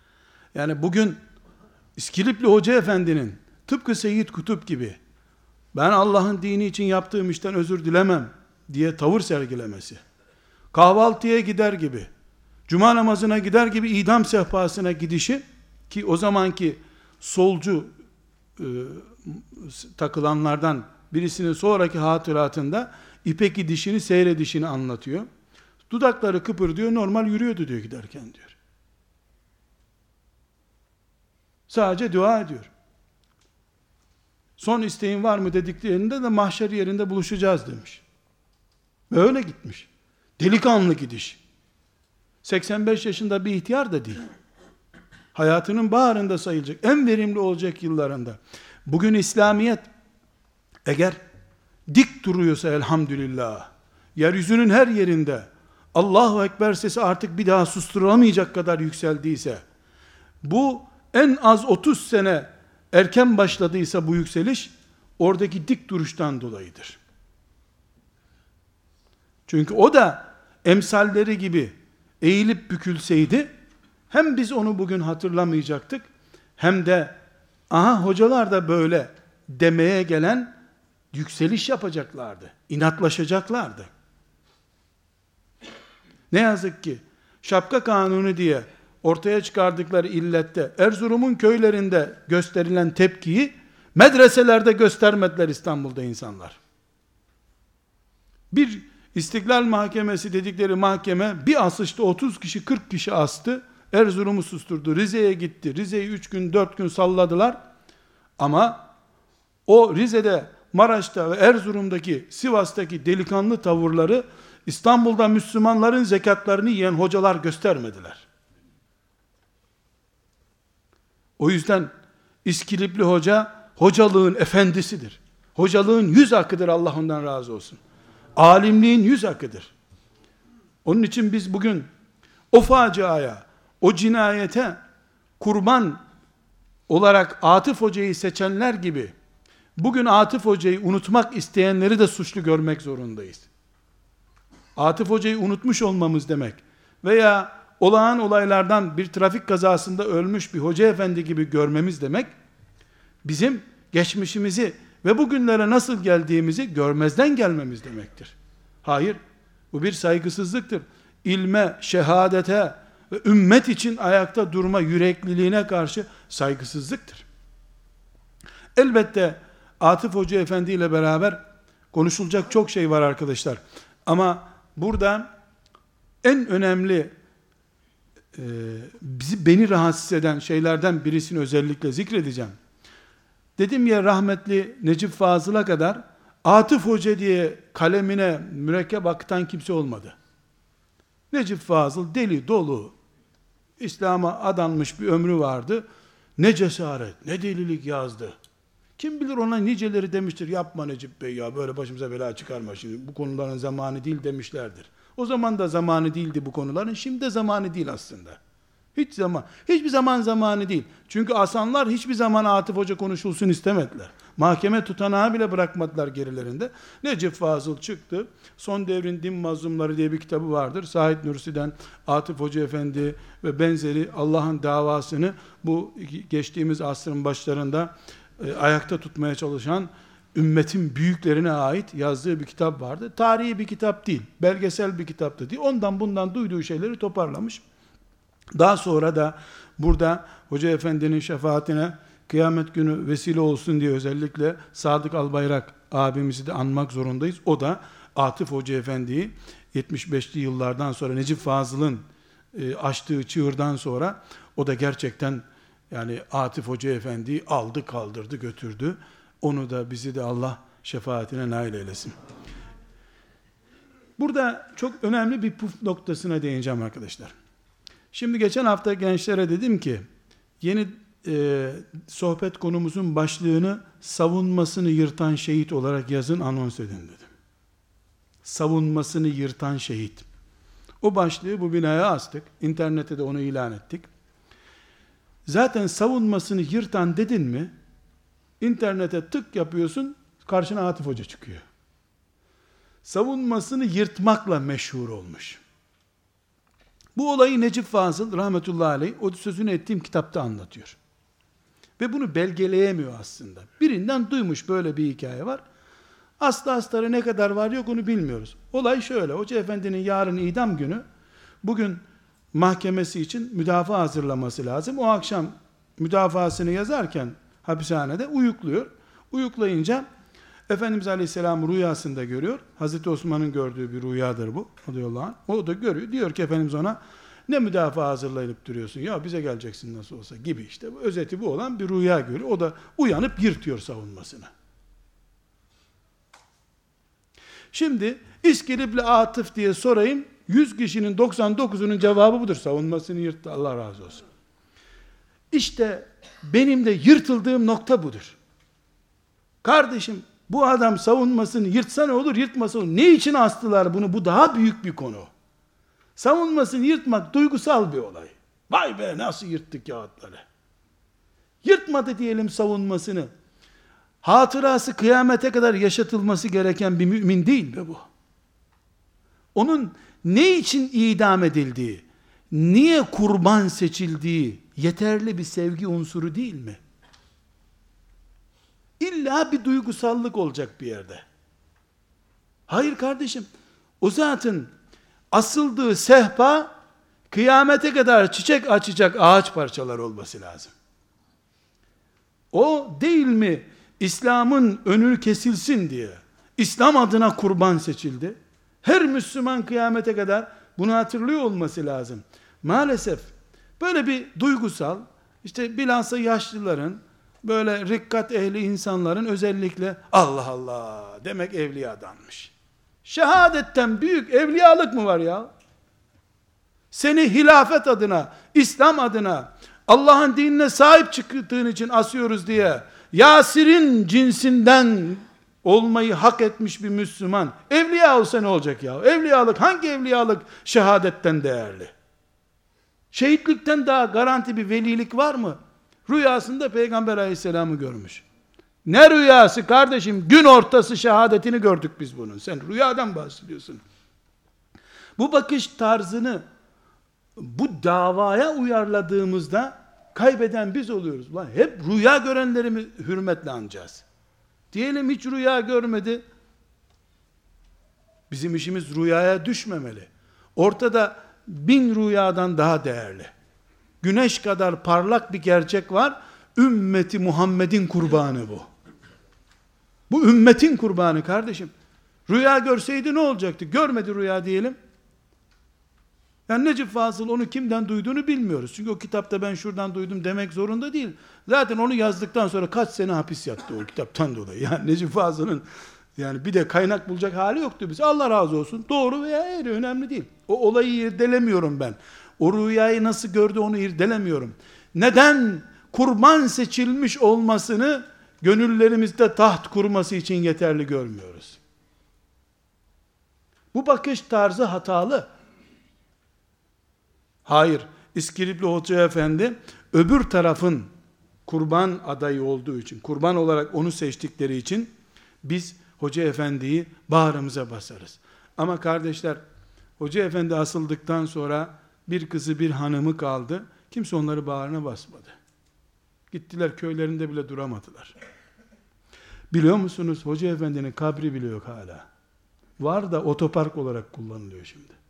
Yani bugün İskilipli Hoca Efendi'nin tıpkı Seyyid Kutup gibi ben Allah'ın dini için yaptığım işten özür dilemem diye tavır sergilemesi, kahvaltıya gider gibi, cuma namazına gider gibi idam sehpasına gidişi, ki o zamanki solcu e, takılanlardan birisinin sonraki hatıratında ipek dişini seyredişini anlatıyor. Dudakları kıpırdıyor, normal yürüyordu diyor giderken diyor. Sadece dua ediyor. Son isteğin var mı dediklerinde de mahşer yerinde buluşacağız demiş. Ve öyle gitmiş. Delikanlı gidiş. seksen beş yaşında bir ihtiyar da değil. Hayatının baharında sayılacak, en verimli olacak yıllarında. Bugün İslamiyet eğer dik duruyorsa elhamdülillah, yeryüzünün her yerinde Allahu Ekber sesi artık bir daha susturulamayacak kadar yükseldiyse, bu en az otuz sene erken başladıysa bu yükseliş, oradaki dik duruştan dolayıdır. Çünkü o da emsalleri gibi eğilip bükülseydi, hem biz onu bugün hatırlamayacaktık, hem de aha hocalar da böyle demeye gelen yükseliş yapacaklardı, inatlaşacaklardı. Ne yazık ki şapka kanunu diye ortaya çıkardıkları illette Erzurum'un köylerinde gösterilen tepkiyi medreselerde göstermediler İstanbul'da insanlar. Bir İstiklal Mahkemesi dedikleri mahkeme bir asışta otuz kişi kırk kişi astı. Erzurum'u susturdu. Rize'ye gitti. Rize'yi üç gün dört gün salladılar. Ama o Rize'de, Maraş'ta ve Erzurum'daki, Sivas'taki delikanlı tavırları İstanbul'da Müslümanların zekatlarını yiyen hocalar göstermediler. O yüzden İskilipli hoca hocalığın efendisidir. Hocalığın yüz hakkıdır, Allah ondan razı olsun. Alimliğin yüz hakkıdır. Onun için biz bugün o faciaya, o cinayete kurban olarak Atıf Hoca'yı seçenler gibi bugün Atıf Hoca'yı unutmak isteyenleri de suçlu görmek zorundayız. Atıf Hoca'yı unutmuş olmamız demek veya olağan olaylardan bir trafik kazasında ölmüş bir hoca efendi gibi görmemiz demek, bizim geçmişimizi ve bugünlere nasıl geldiğimizi görmezden gelmemiz demektir. Hayır, bu bir saygısızlıktır. İlme, şehadete ve ümmet için ayakta durma yürekliliğine karşı saygısızlıktır. Elbette Atıf Hoca Efendi ile beraber konuşulacak çok şey var arkadaşlar. Ama burada en önemli e, bizi beni rahatsız eden şeylerden birisini özellikle zikredeceğim. Dedim ya, rahmetli Necip Fazıl'a kadar Atıf Hoca diye kalemine mürekkep akıtan kimse olmadı. Necip Fazıl deli dolu, İslam'a adanmış bir ömrü vardı. Ne cesaret, ne delilik yazdı. Kim bilir ona niceleri demiştir, yapma Necip Bey ya, böyle başımıza bela çıkarma şimdi, bu konuların zamanı değil demişlerdir. O zaman da zamanı değildi bu konuların, şimdi de zamanı değil aslında. Hiç zaman, hiçbir zaman zamanı değil. Çünkü asanlar hiçbir zaman Atıf Hoca konuşulsun istemediler. Mahkeme tutanağı bile bırakmadılar gerilerinde. Necip Fazıl çıktı. Son Devrin Din Mazlumları diye bir kitabı vardır. Said Nursi'den Atıf Hoca Efendi ve benzeri Allah'ın davasını bu geçtiğimiz asrın başlarında e, ayakta tutmaya çalışan ümmetin büyüklerine ait yazdığı bir kitap vardı. Tarihi bir kitap değil, belgesel bir kitap da değil. Ondan bundan duyduğu şeyleri toparlamış. Daha sonra da burada Hoca Efendi'nin şefaatine kıyamet günü vesile olsun diye özellikle Sadık Albayrak abimizi de anmak zorundayız. O da Atıf Hoca Efendi'yi yetmiş beşli yıllardan sonra Necip Fazıl'ın e, açtığı çığırdan sonra o da gerçekten yani Atıf Hoca Efendi'yi aldı, kaldırdı, götürdü. Onu da bizi de Allah şefaatine nail eylesin. Burada çok önemli bir püf noktasına değineceğim arkadaşlar. Şimdi geçen hafta gençlere dedim ki yeni e, sohbet konumuzun başlığını savunmasını yırtan şehit olarak yazın, anons edin dedim. Savunmasını yırtan şehit. O başlığı bu binaya astık. İnternette de onu ilan ettik. Zaten savunmasını yırtan dedin mi, internete tık yapıyorsun, karşına Atıf Hoca çıkıyor. Savunmasını yırtmakla meşhur olmuş. Bu olayı Necip Fazıl rahmetullahi aleyh o sözünü ettiğim kitapta anlatıyor. Ve bunu belgeleyemiyor aslında. Birinden duymuş böyle bir hikaye var. Aslı astarı ne kadar var yok onu bilmiyoruz. Olay şöyle, Hoca efendinin yarın idam günü, bugün mahkemesi için müdafaa hazırlaması lazım. O akşam müdafaasını yazarken hapishanede uyukluyor. Uyuklayınca Efendimiz Aleyhisselam rüyasında görüyor. Hazreti Osman'ın gördüğü bir rüyadır bu. Radıyallahu anh. O da görüyor. Diyor ki Efendimiz ona, ne müdafaa hazırlayıp duruyorsun? Ya bize geleceksin nasıl olsa gibi işte. Özeti bu olan bir rüya görüyor. O da uyanıp yırtıyor savunmasını. Şimdi İskilipli Atıf diye sorayım. yüz kişinin doksan dokuzunun cevabı budur. Savunmasını yırttı. Allah razı olsun. İşte benim de yırtıldığım nokta budur. Kardeşim, bu adam savunmasını yırtsa ne olur, yırtmasa ne olur? Ne için astılar bunu? Bu daha büyük bir konu. Savunmasını yırtmak duygusal bir olay. Vay be, nasıl yırttık kağıtları. Yırtmadı diyelim savunmasını. Hatırası kıyamete kadar yaşatılması gereken bir mümin değil mi bu? Onun ne için idam edildiği, niye kurban seçildiği yeterli bir sevgi unsuru değil mi? İlla bir duygusallık olacak bir yerde. Hayır kardeşim, o zatın asıldığı sehpa kıyamete kadar çiçek açacak ağaç parçaları olması lazım. O değil mi İslam'ın önü kesilsin diye İslam adına kurban seçildi? Her Müslüman kıyamete kadar bunu hatırlıyor olması lazım. Maalesef böyle bir duygusal, işte bilhassa yaşlıların, böyle rikkat ehli insanların özellikle Allah Allah demek evliyadanmış. Şehadetten büyük evliyalık mı var ya? Seni hilafet adına, İslam adına, Allah'ın dinine sahip çıktığın için asıyoruz diye Yasir'in cinsinden olmayı hak etmiş bir Müslüman evliya olsa ne olacak ya? Evliyalık, hangi evliyalık şehadetten değerli? Şehitlikten daha garanti bir velilik var mı? Rüyasında Peygamber Aleyhisselam'ı görmüş. Ne rüyası kardeşim? Gün ortası şehadetini gördük biz bunun. Sen rüyadan bahsediyorsun. Bu bakış tarzını bu davaya uyarladığımızda kaybeden biz oluyoruz. Ulan hep rüya görenleri mi hürmetle anacağız? Diyelim hiç rüya görmedi. Bizim işimiz rüyaya düşmemeli. Ortada bin rüyadan daha değerli. Güneş kadar parlak bir gerçek var. Ümmeti Muhammed'in kurbanı bu. Bu ümmetin kurbanı kardeşim. Rüya görseydi ne olacaktı? Görmedi rüya diyelim. Yani Necip Fazıl onu kimden duyduğunu bilmiyoruz. Çünkü o kitapta ben şuradan duydum demek zorunda değil. Zaten onu yazdıktan sonra kaç sene hapis yattı o kitaptan dolayı. Yani Necip Fazıl'ın yani bir de kaynak bulacak hali yoktu biz. Allah razı olsun. Doğru veya eğri önemli değil. O olayı irdelemiyorum ben. O rüyayı nasıl gördü onu irdelemiyorum. Neden kurban seçilmiş olmasını gönüllerimizde taht kurması için yeterli görmüyoruz? Bu bakış tarzı hatalı. Hayır, İskilipli Hoca Efendi öbür tarafın kurban adayı olduğu için, kurban olarak onu seçtikleri için biz Hoca Efendi'yi bağrımıza basarız. Ama kardeşler, Hoca Efendi asıldıktan sonra bir kızı bir hanımı kaldı. Kimse onları bağrına basmadı. Gittiler köylerinde bile duramadılar. Biliyor musunuz? Hoca Efendi'nin kabri bile yok hala. Var da otopark olarak kullanılıyor şimdi.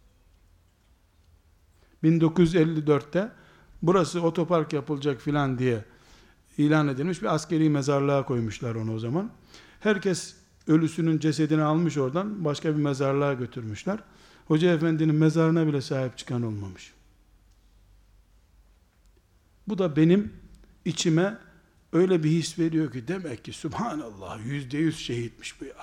bin dokuz yüz elli dörtte burası otopark yapılacak filan diye ilan edilmiş bir askeri mezarlığa koymuşlar onu o zaman. Herkes ölüsünün cesedini almış oradan başka bir mezarlığa götürmüşler. Hoca Efendi'nin mezarına bile sahip çıkan olmamış. Bu da benim içime öyle bir his veriyor ki demek ki Subhanallah yüzde yüz şehitmiş bu ya.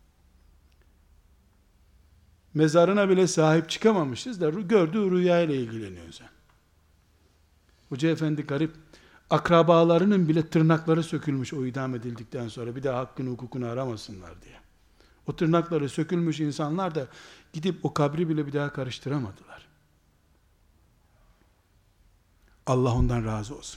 Mezarına bile sahip çıkamamışız da gördüğü rüya ile ilgileniyor sen. Hoca Efendi garip, akrabalarının bile tırnakları sökülmüş o idam edildikten sonra, bir daha hakkını hukukunu aramasınlar diye. O tırnakları sökülmüş insanlar da gidip o kabri bile bir daha karıştıramadılar. Allah ondan razı olsun.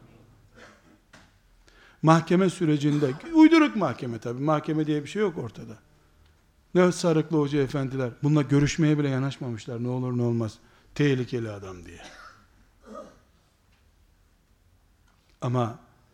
Mahkeme sürecinde, uyduruk mahkeme tabi, mahkeme diye bir şey yok ortada. Ne sarıklı hoca efendiler, bununla görüşmeye bile yanaşmamışlar, ne olur ne olmaz, tehlikeli adam diye. Ama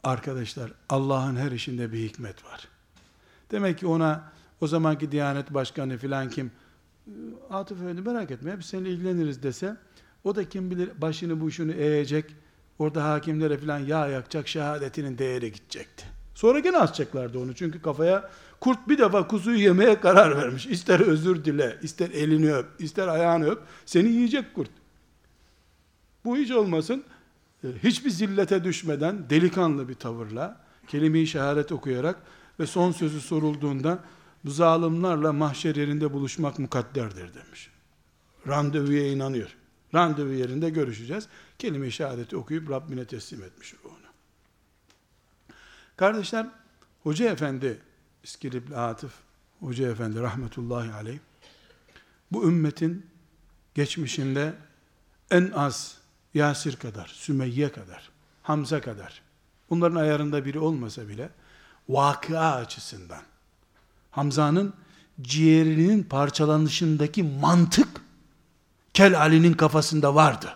Arkadaşlar, Allah'ın her işinde bir hikmet var. Demek ki ona o zamanki Diyanet Başkanı filan kim, Atıf Efendi merak etme biz seninle ilgileniriz dese, o da kim bilir başını bu şunu eğecek, orada hakimlere filan yağ yakacak, şehadetinin değeri gidecekti. Sonra gene asacaklardı onu, çünkü kafaya kurt bir defa kuzuyu yemeye karar vermiş. İster özür dile, ister elini öp, ister ayağını öp, seni yiyecek kurt. Bu hiç olmasın, hiçbir zillete düşmeden delikanlı bir tavırla kelime-i şehadet okuyarak ve son sözü sorulduğunda bu zalimlerle mahşer yerinde buluşmak mukadderdir demiş. Randevuya inanıyor. Randevu yerinde görüşeceğiz. Kelime-i şehadeti okuyup Rabbine teslim etmiş ruhunu. Kardeşler, Hoca Efendi, İskilipli Atıf Hoca Efendi rahmetullahi aleyh, bu ümmetin geçmişinde en az Yasir kadar, Sümeyye kadar, Hamza kadar, bunların ayarında biri olmasa bile, vakıa açısından, Hamza'nın ciğerinin parçalanışındaki mantık, Kel Ali'nin kafasında vardı.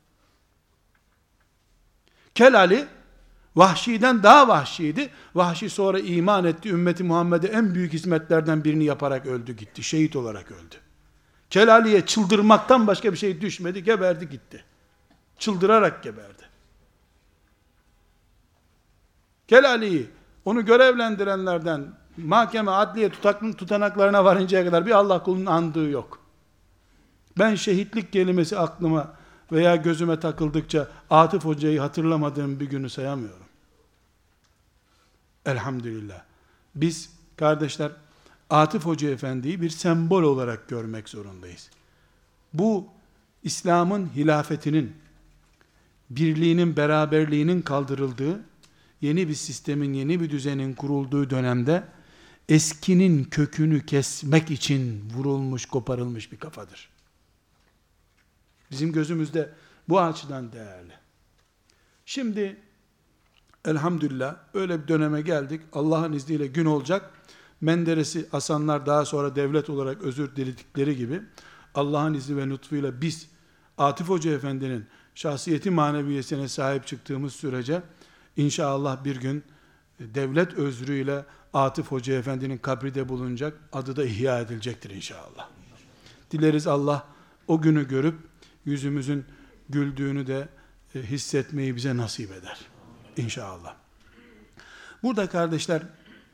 Kel Ali, Vahşi'den daha vahşiydi. Vahşi sonra iman etti. Ümmeti Muhammed'e en büyük hizmetlerden birini yaparak öldü gitti. Şehit olarak öldü. Kel Ali'ye çıldırmaktan başka bir şey düşmedi. Geberdi gitti. Çıldırarak geberdi. Kel Ali'yi, onu görevlendirenlerden mahkeme, adliye tutanaklarına varıncaya kadar bir Allah kulunun andığı yok. Ben şehitlik kelimesi aklıma veya gözüme takıldıkça Atıf Hoca'yı hatırlamadığım bir günü sayamıyorum. Elhamdülillah. Biz kardeşler Atıf Hoca Efendi'yi bir sembol olarak görmek zorundayız. Bu İslam'ın hilafetinin, birliğinin, beraberliğinin kaldırıldığı, yeni bir sistemin, yeni bir düzenin kurulduğu dönemde eskinin kökünü kesmek için vurulmuş, koparılmış bir kafadır. Bizim gözümüzde bu açıdan değerli. Şimdi elhamdülillah öyle bir döneme geldik. Allah'ın izniyle gün olacak. Menderes'i asanlar daha sonra devlet olarak özür diledikleri gibi Allah'ın izni ve lütfuyla biz Atıf Hoca Efendi'nin şahsiyeti maneviyesine sahip çıktığımız sürece inşallah bir gün devlet özrüyle Atıf Hoca Efendi'nin kabri de bulunacak, adı da ihya edilecektir inşallah. Dileriz Allah o günü görüp yüzümüzün güldüğünü de hissetmeyi bize nasip eder. İnşallah. Burada kardeşler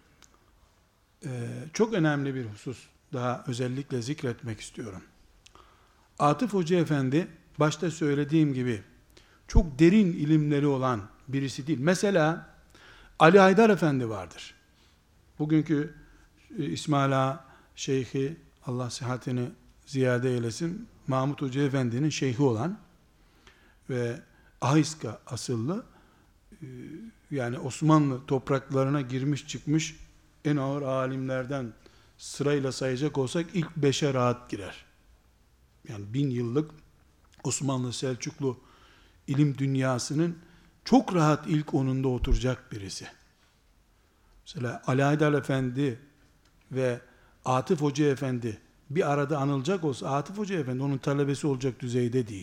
çok önemli bir husus daha özellikle zikretmek istiyorum. Atıf Hoca Efendi başta söylediğim gibi çok derin ilimleri olan birisi değil. Mesela Ali Haydar Efendi vardır. Bugünkü İsmail Ağa Şeyhi, Allah sıhhatini ziyade eylesin, Mahmud Hoca Efendi'nin şeyhi olan ve Ahıska asıllı, yani Osmanlı topraklarına girmiş çıkmış en ağır alimlerden sırayla sayacak olsak ilk beşe rahat girer. Yani bin yıllık Osmanlı Selçuklu ilim dünyasının çok rahat ilk onunda oturacak birisi. Mesela Ali Haydar Efendi ve Atıf Hoca Efendi bir arada anılacak olsa Atıf Hoca Efendi onun talebesi olacak düzeyde değil.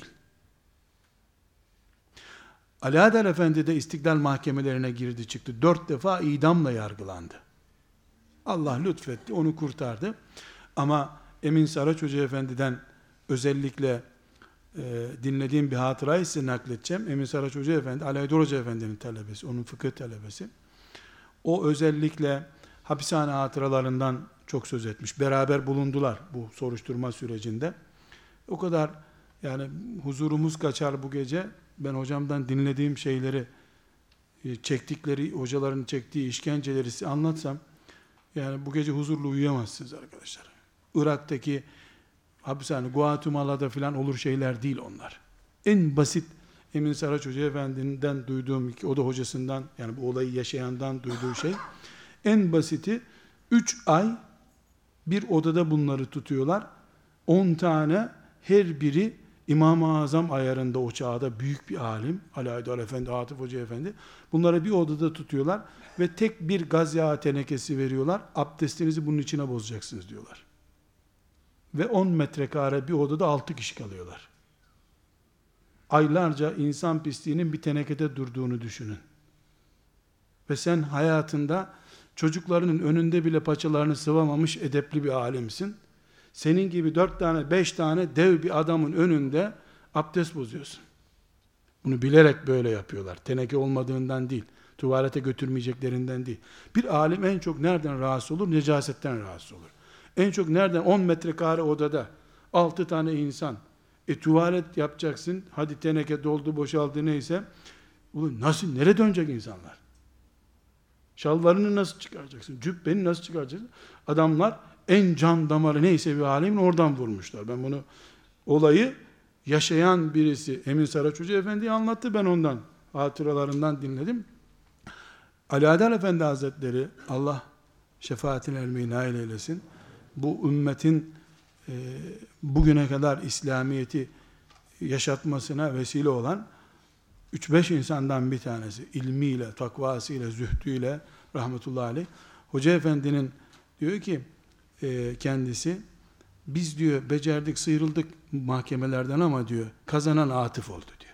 Ali Haydar Efendi de İstiklal mahkemelerine girdi çıktı. Dört defa idamla yargılandı. Allah lütfetti, onu kurtardı. Ama Emin Saraç Hoca Efendi'den özellikle e, dinlediğim bir hatırayı size nakledeceğim. Emin Saraç Hoca Efendi, Ali Haydar Hoca Efendi'nin talebesi, onun fıkıh talebesi. O özellikle hapishane hatıralarından çok söz etmiş. Beraber bulundular bu soruşturma sürecinde. O kadar yani huzurumuz kaçar bu gece. Ben hocamdan dinlediğim şeyleri, çektikleri, hocaların çektiği işkenceleri size anlatsam, yani bu gece huzurlu uyuyamazsınız arkadaşlar. Irak'taki hapishane, Guatemala'da filan olur şeyler değil onlar. En basit Emin Saraç Hoca Efendi'nden duyduğum, o da hocasından, yani bu olayı yaşayandan duyduğu şey, en basiti üç ay bir odada bunları tutuyorlar. on tane, her biri İmam-ı Azam ayarında o çağda büyük bir alim, Ali Haydar Efendi, Atıf Hoca Efendi, bunları bir odada tutuyorlar ve tek bir gaz yağı tenekesi veriyorlar. Abdestinizi bunun içine bozacaksınız diyorlar. Ve on metrekare bir odada altı kişi kalıyorlar. Aylarca insan pisliğinin bir tenekede durduğunu düşünün. ve sen hayatında çocuklarının önünde bile paçalarını sıvamamış edepli bir alimsin. Senin gibi dört tane, beş tane dev bir adamın önünde abdest bozuyorsun. Bunu bilerek böyle yapıyorlar. Teneke olmadığından değil, tuvalete götürmeyeceklerinden değil. Bir alim en çok nereden rahatsız olur? Necasetten rahatsız olur. En çok nereden? on metrekare odada altı tane insan. E tuvalet yapacaksın. Hadi teneke doldu, boşaldı neyse. Ulan nasıl, nereye dönecek insanlar? Şalvarını nasıl çıkaracaksın? Cübbeni nasıl çıkaracaksın? Adamlar en can damarı neyse bir alemin oradan vurmuşlar. Ben bunu, olayı yaşayan birisi Emin Saraç Hoca Efendi'ye anlattı. Ben ondan, hatıralarından dinledim. Ali Adel Efendi Hazretleri, Allah şefaatin ermeyi nail eylesin, bu ümmetin e, bugüne kadar İslamiyet'i yaşatmasına vesile olan üç beş insandan bir tanesi, ilmiyle, takvasıyla, zühdüyle, rahmetullahi aleyh. Hoca Efendi'nin diyor ki e, kendisi, biz diyor becerdik, sıyrıldık mahkemelerden ama diyor kazanan Atıf oldu diyor.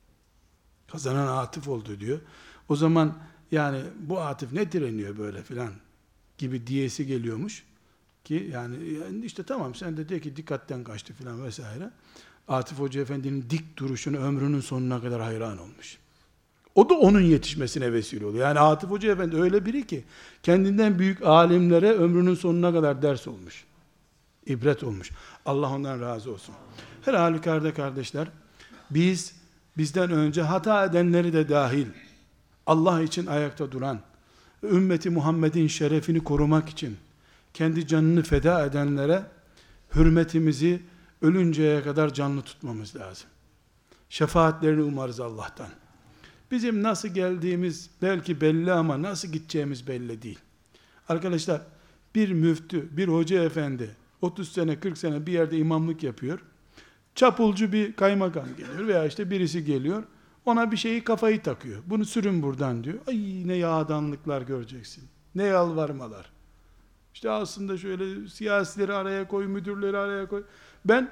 Kazanan Atıf oldu diyor. O zaman yani bu Atıf ne direniyor böyle filan gibi diyesi geliyormuş ki yani işte tamam sen de de ki dikkatten kaçtı filan vesaire. Atıf Hoca Efendi'nin dik duruşuna ömrünün sonuna kadar hayran olmuş. O da onun yetişmesine vesile oluyor. Yani Atıf Hoca Efendi öyle biri ki kendinden büyük alimlere ömrünün sonuna kadar ders olmuş. İbret olmuş. Allah ondan razı olsun. Her halükarda kardeşler, biz bizden önce hata edenleri de dahil Allah için ayakta duran, ümmeti Muhammed'in şerefini korumak için kendi canını feda edenlere hürmetimizi ölünceye kadar canlı tutmamız lazım. Şefaatlerini umarız Allah'tan. Bizim nasıl geldiğimiz belki belli ama nasıl gideceğimiz belli değil. Arkadaşlar, bir müftü, bir hoca efendi otuz sene kırk sene bir yerde imamlık yapıyor. Çapulcu bir kaymakam geliyor veya işte birisi geliyor. Ona bir şeyi kafayı takıyor. Bunu sürün buradan diyor. Ay ne yağdanlıklar göreceksin. Ne yalvarmalar. İşte aslında şöyle siyasileri araya koy, müdürleri araya koy. Ben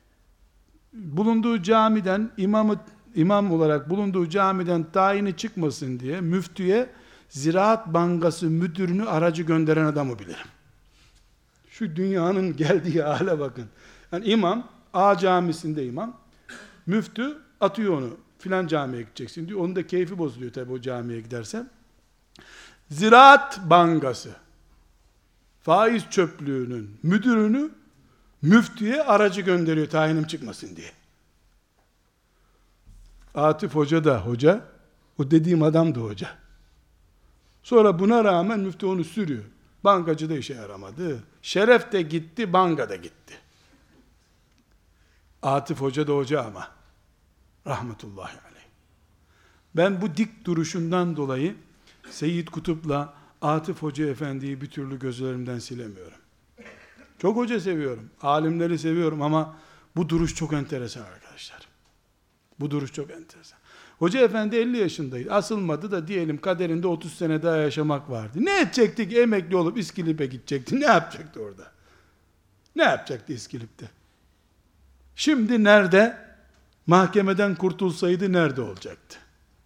bulunduğu camiden imamı imam olarak bulunduğu camiden tayini çıkmasın diye müftüye Ziraat Bankası müdürünü aracı gönderen adamı bilirim. Şu dünyanın geldiği hale bakın. Yani imam A camisinde imam, müftü atıyor onu. Filan camiye gideceksin diyor. Onun da keyfi bozuluyor tabii o camiye giderse. Ziraat Bankası faiz çöplüğünün müdürünü müftüye aracı gönderiyor tayinim çıkmasın diye. Atıf Hoca da hoca, o dediğim adam da hoca. Sonra buna rağmen müftü onu sürüyor. Bankacı da işe yaramadı. Şeref de gitti, banka da gitti. Atıf Hoca da hoca ama. Rahmetullahi aleyh. Ben bu dik duruşundan dolayı Seyyid Kutup'la Atıf Hoca Efendi'yi bir türlü gözlerimden silemiyorum. Çok hoca seviyorum, alimleri seviyorum ama bu duruş çok enteresan arkadaşlar. Bu duruş çok enteresan. Hoca Efendi elli yaşındaydı. Asılmadı da diyelim kaderinde otuz sene daha yaşamak vardı. Ne edecekti ki? Emekli olup İskilip'e gidecekti. Ne yapacaktı orada? Ne yapacaktı İskilip'te? Şimdi nerede? Mahkemeden kurtulsaydı nerede olacaktı?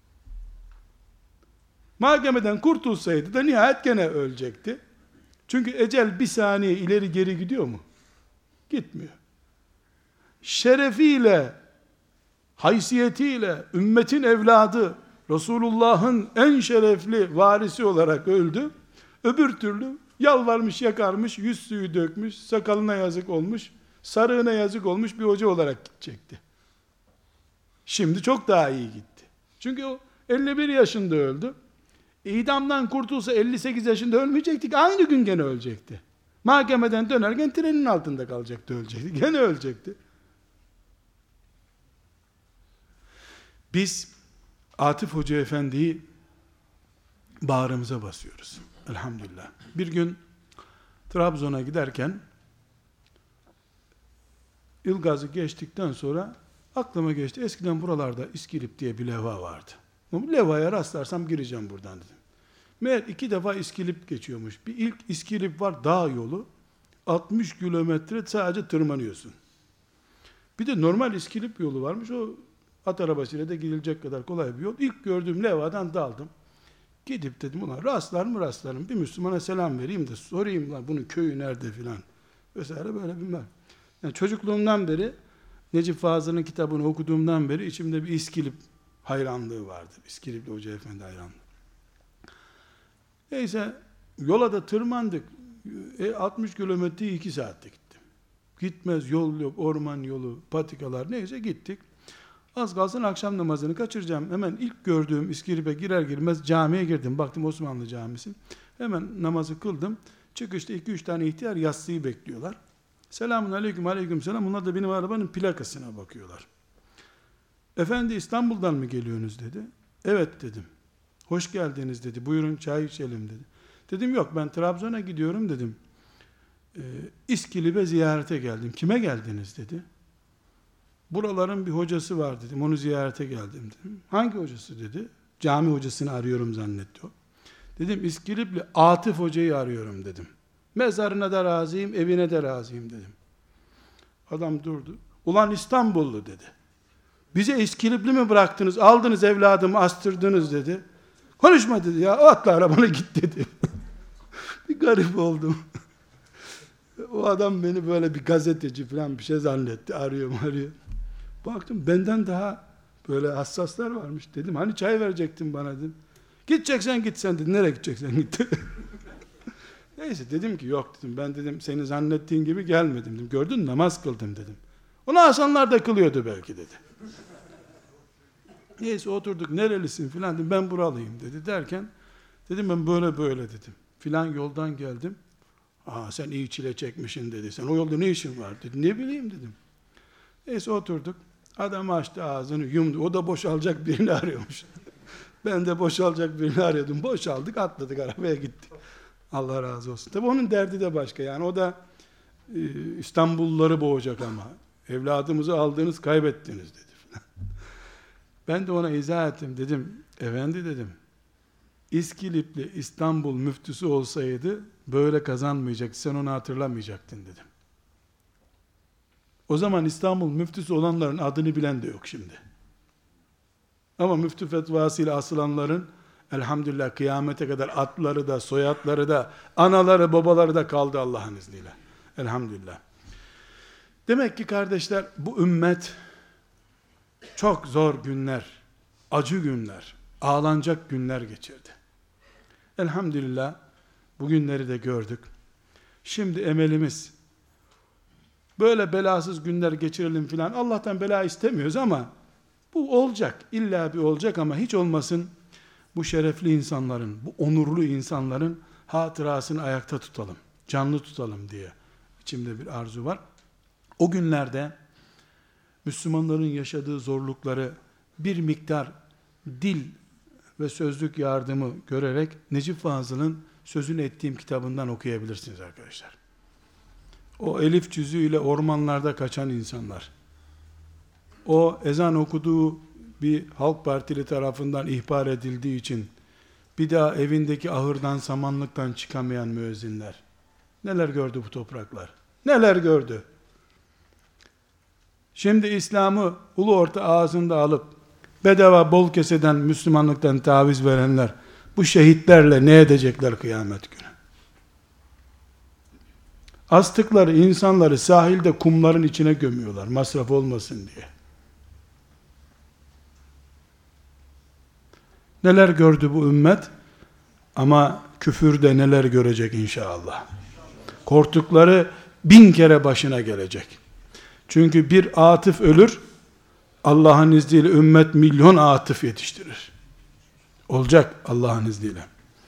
Mahkemeden kurtulsaydı da nihayet gene ölecekti. Çünkü ecel bir saniye ileri geri gidiyor mu? Gitmiyor. Şerefiyle, haysiyetiyle, ümmetin evladı, Resulullah'ın en şerefli varisi olarak öldü. Öbür türlü yalvarmış, yakarmış, yüz suyu dökmüş, sakalına yazık olmuş, sarığına yazık olmuş bir hoca olarak gidecekti. Şimdi çok daha iyi gitti. Çünkü o elli bir yaşında öldü. İdamdan kurtulsa elli sekiz yaşında ölmeyecektik. Aynı gün gene ölecekti. Mahkemeden dönerken trenin altında kalacaktı, ölecekti. Gene ölecekti. Biz Atıf Hoca Efendi'yi bağrımıza basıyoruz. Elhamdülillah. Bir gün Trabzon'a giderken İlgaz'ı geçtikten sonra aklıma geçti. Eskiden buralarda İskilip diye bir levha vardı. Bu levhaya rastlarsam gireceğim buradan dedim. Meğer iki defa İskilip geçiyormuş. Bir ilk İskilip var, dağ yolu. altmış kilometre sadece tırmanıyorsun. Bir de normal İskilip yolu varmış. O at arabasıyla da gidilecek kadar kolay bir yol. İlk gördüğüm levhadan daldım. Gidip dedim ulan rastlar mı rastlarım, bir Müslümana selam vereyim de sorayım lan bunun köyü nerede filan vesaire, böyle bilmem. Yani çocukluğumdan beri Necip Fazıl'ın kitabını okuduğumdan beri içimde bir İskilip hayranlığı vardı. İskilipli Hoca Efendi hayranlığı. Neyse yola da tırmandık. E, altmış kilometre iki saatte gittim. Gitmez yol yok, orman yolu, patikalar, neyse gittik. Az kalsın akşam namazını kaçıracağım. Hemen ilk gördüğüm İskilip'e girer girmez camiye girdim. Baktım Osmanlı camisi. Hemen namazı kıldım. Çıkışta iki üç tane ihtiyar yassıyı bekliyorlar. Selamun aleyküm, aleyküm selam. Bunlar da benim arabanın plakasına bakıyorlar. Efendi İstanbul'dan mı geliyorsunuz dedi. Evet dedim. Hoş geldiniz dedi. Buyurun çay içelim dedi. Dedim yok ben Trabzon'a gidiyorum dedim. E, İskilip'e ziyarete geldim. Kime geldiniz dedi. Buraların bir hocası var dedim. Onu ziyarete geldim dedim. Hangi hocası dedi. Cami hocasını arıyorum zannetti o. Dedim İskilipli Atıf hocayı arıyorum dedim. Mezarına da razıyım, evine de razıyım dedim. Adam durdu. Ulan İstanbullu dedi. Bize İskilipli mi bıraktınız? Aldınız evladımı astırdınız dedi. Konuşma dedi ya. Atla arabana git dedi. Bir garip oldum. O adam beni böyle bir gazeteci falan bir şey zannetti. Arıyorum arıyor. Baktım benden daha böyle hassaslar varmış. Dedim hani çay verecektin bana dedim. Gideceksen git sen dedi. Nereye gideceksen git. Neyse dedim ki yok dedim. Ben dedim seni zannettiğin gibi gelmedim dedim. Gördün mü namaz kıldım dedim. Onu Hasanlar da kılıyordu belki dedi. Neyse oturduk, nerelisin filan dedim. Ben buralıyım dedi derken dedim ben böyle böyle dedim. Filan yoldan geldim. Aa sen iyi çile çekmişsin dedi. Sen o yolda ne işin var dedi. Ne bileyim dedim. Neyse oturduk. Adam açtı ağzını yumdu. O da boşalacak birini arıyormuş. Ben de boşalacak birini arıyordum. Boşaldık, atladık, arabaya gittik. Allah razı olsun. Tabii onun derdi de başka. Yani o da e, İstanbulluları boğacak ama. Evladımızı aldınız, kaybettiniz dedi. Ben de ona izah ettim. Dedim, efendi dedim, İskilipli İstanbul müftüsü olsaydı böyle kazanmayacaktı. Sen onu hatırlamayacaktın dedim. O zaman İstanbul müftüsü olanların adını bilen de yok şimdi. Ama müftü fetvasıyla asılanların elhamdülillah kıyamete kadar atları da, soyadları da, anaları, babaları da kaldı Allah'ın izniyle. Elhamdülillah. Demek ki kardeşler bu ümmet çok zor günler, acı günler, ağlanacak günler geçirdi. Elhamdülillah bu günleri de gördük. Şimdi emelimiz böyle belasız günler geçirelim filan. Allah'tan bela istemiyoruz ama bu olacak. İlla bir olacak ama hiç olmasın bu şerefli insanların, bu onurlu insanların hatırasını ayakta tutalım, canlı tutalım diye içimde bir arzu var. O günlerde Müslümanların yaşadığı zorlukları bir miktar dil ve sözlük yardımı görerek Necip Fazıl'ın sözünü ettiğim kitabından okuyabilirsiniz arkadaşlar. O elif cüzüyle ormanlarda kaçan insanlar, o ezan okuduğu bir Halk Partili tarafından ihbar edildiği için bir daha evindeki ahırdan, samanlıktan çıkamayan müezzinler, neler gördü bu topraklar, neler gördü. Şimdi İslam'ı ulu orta ağzında alıp bedava bol keseden Müslümanlıktan taviz verenler bu şehitlerle ne edecekler kıyamet günü? Astıkları insanları sahilde kumların içine gömüyorlar masraf olmasın diye. Neler gördü bu ümmet? Ama küfürde neler görecek inşallah. Korktukları bin kere başına gelecek. Çünkü bir atıf ölür, Allah'ın izniyle ümmet milyon atıf yetiştirir. Olacak Allah'ın izniyle.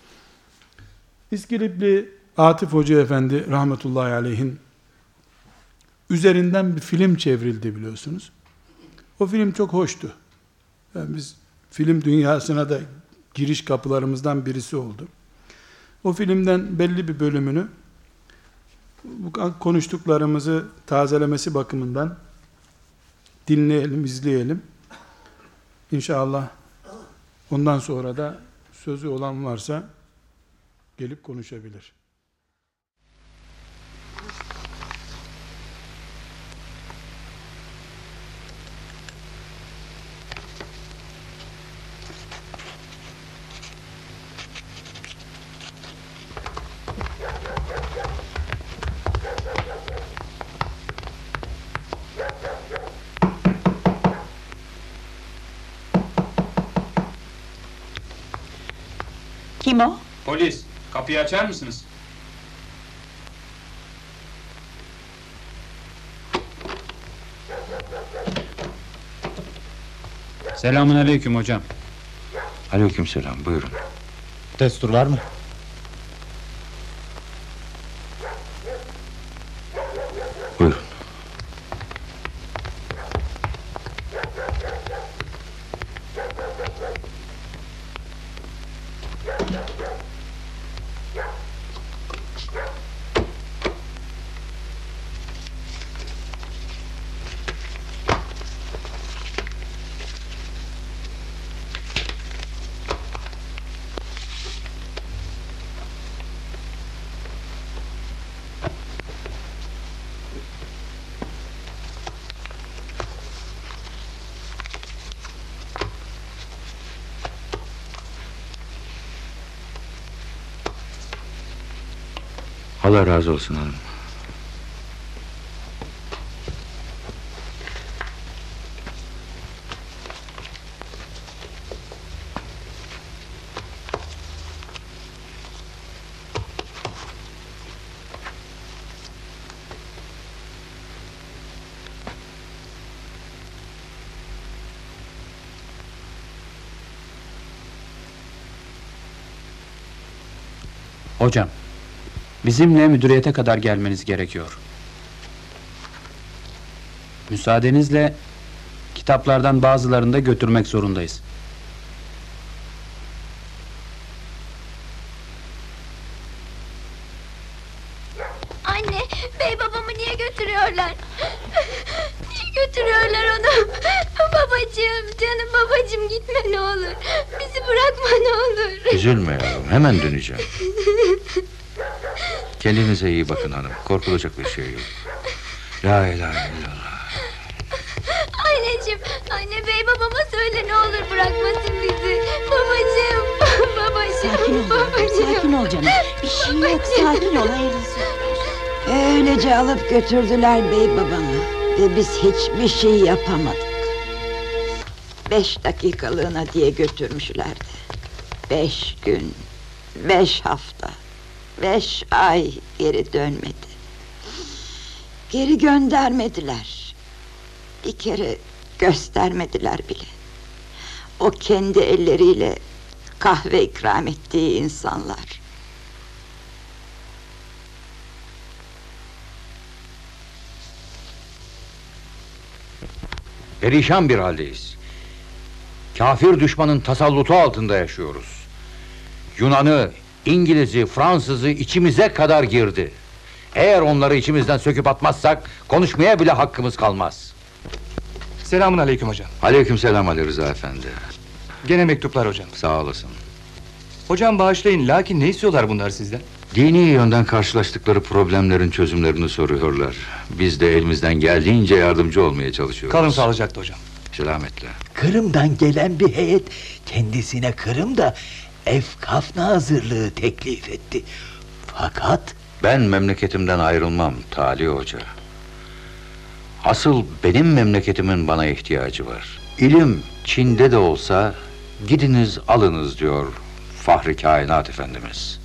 İskilipli Atıf Hoca Efendi rahmetullahi aleyhin üzerinden bir film çevrildi biliyorsunuz. O film çok hoştu. Yani biz film dünyasına da giriş kapılarımızdan birisi oldu. O filmden belli bir bölümünü bu konuştuklarımızı tazelemesi bakımından dinleyelim, izleyelim. İnşallah ondan sonra da sözü olan varsa gelip konuşabilir. Kim o? Polis, kapıyı açar mısınız? Selamünaleyküm hocam. Aleykümselam, buyurun. Destur var mı? Buyurun. Allah razı olsun hanım. Hocam, bizimle müdüriyete kadar gelmeniz gerekiyor. Müsaadenizle kitaplardan bazılarını da götürmek zorundayız. Anne, bey babamı niye götürüyorlar? Niye götürüyorlar onu? Babacığım, canım babacığım, gitme ne olur. Bizi bırakma ne olur. Üzülme yavrum, hemen döneceğim. Kendinize iyi bakın hanım, korkulacak bir şey yok. La ilahe illallah. Anneciğim, anne bey babama söyle ne olur bırakmasın bizi. Babacığım, babacığım, Sakin ol, babacığım. sakin ol canım. Bir şey yok, sakin ol, hayırlısı. Öylece alıp götürdüler bey babamı ve biz hiçbir şey yapamadık. Beş dakikalığına diye götürmüşlerdi. Beş gün, beş hafta, beş ay geri dönmedi. Geri göndermediler. Bir kere göstermediler bile. O kendi elleriyle kahve ikram ettiği insanlar. Perişan bir haldeyiz. Kafir düşmanın tasallutu altında yaşıyoruz. Yunan'ı, İngiliz'i, Fransız'ı içimize kadar girdi. Eğer onları içimizden söküp atmazsak konuşmaya bile hakkımız kalmaz. Selamun aleyküm hocam. Aleykümselam Ali Rıza efendi. Gene mektuplar hocam. Sağ olasın. Hocam bağışlayın, lakin ne istiyorlar bunlar sizden? Dini yönden karşılaştıkları problemlerin çözümlerini soruyorlar. Biz de elimizden geldiğince yardımcı olmaya çalışıyoruz. Kalın sağlıcakla hocam. Selametle. Kırım'dan gelen bir heyet kendisine Kırım'da Efkaf Nazırlığı teklif etti. Fakat Ben memleketimden ayrılmam Talih Hoca. Asıl benim memleketimin bana ihtiyacı var. İlim Çin'de de olsa gidiniz alınız diyor Fahri Kainat Efendimiz.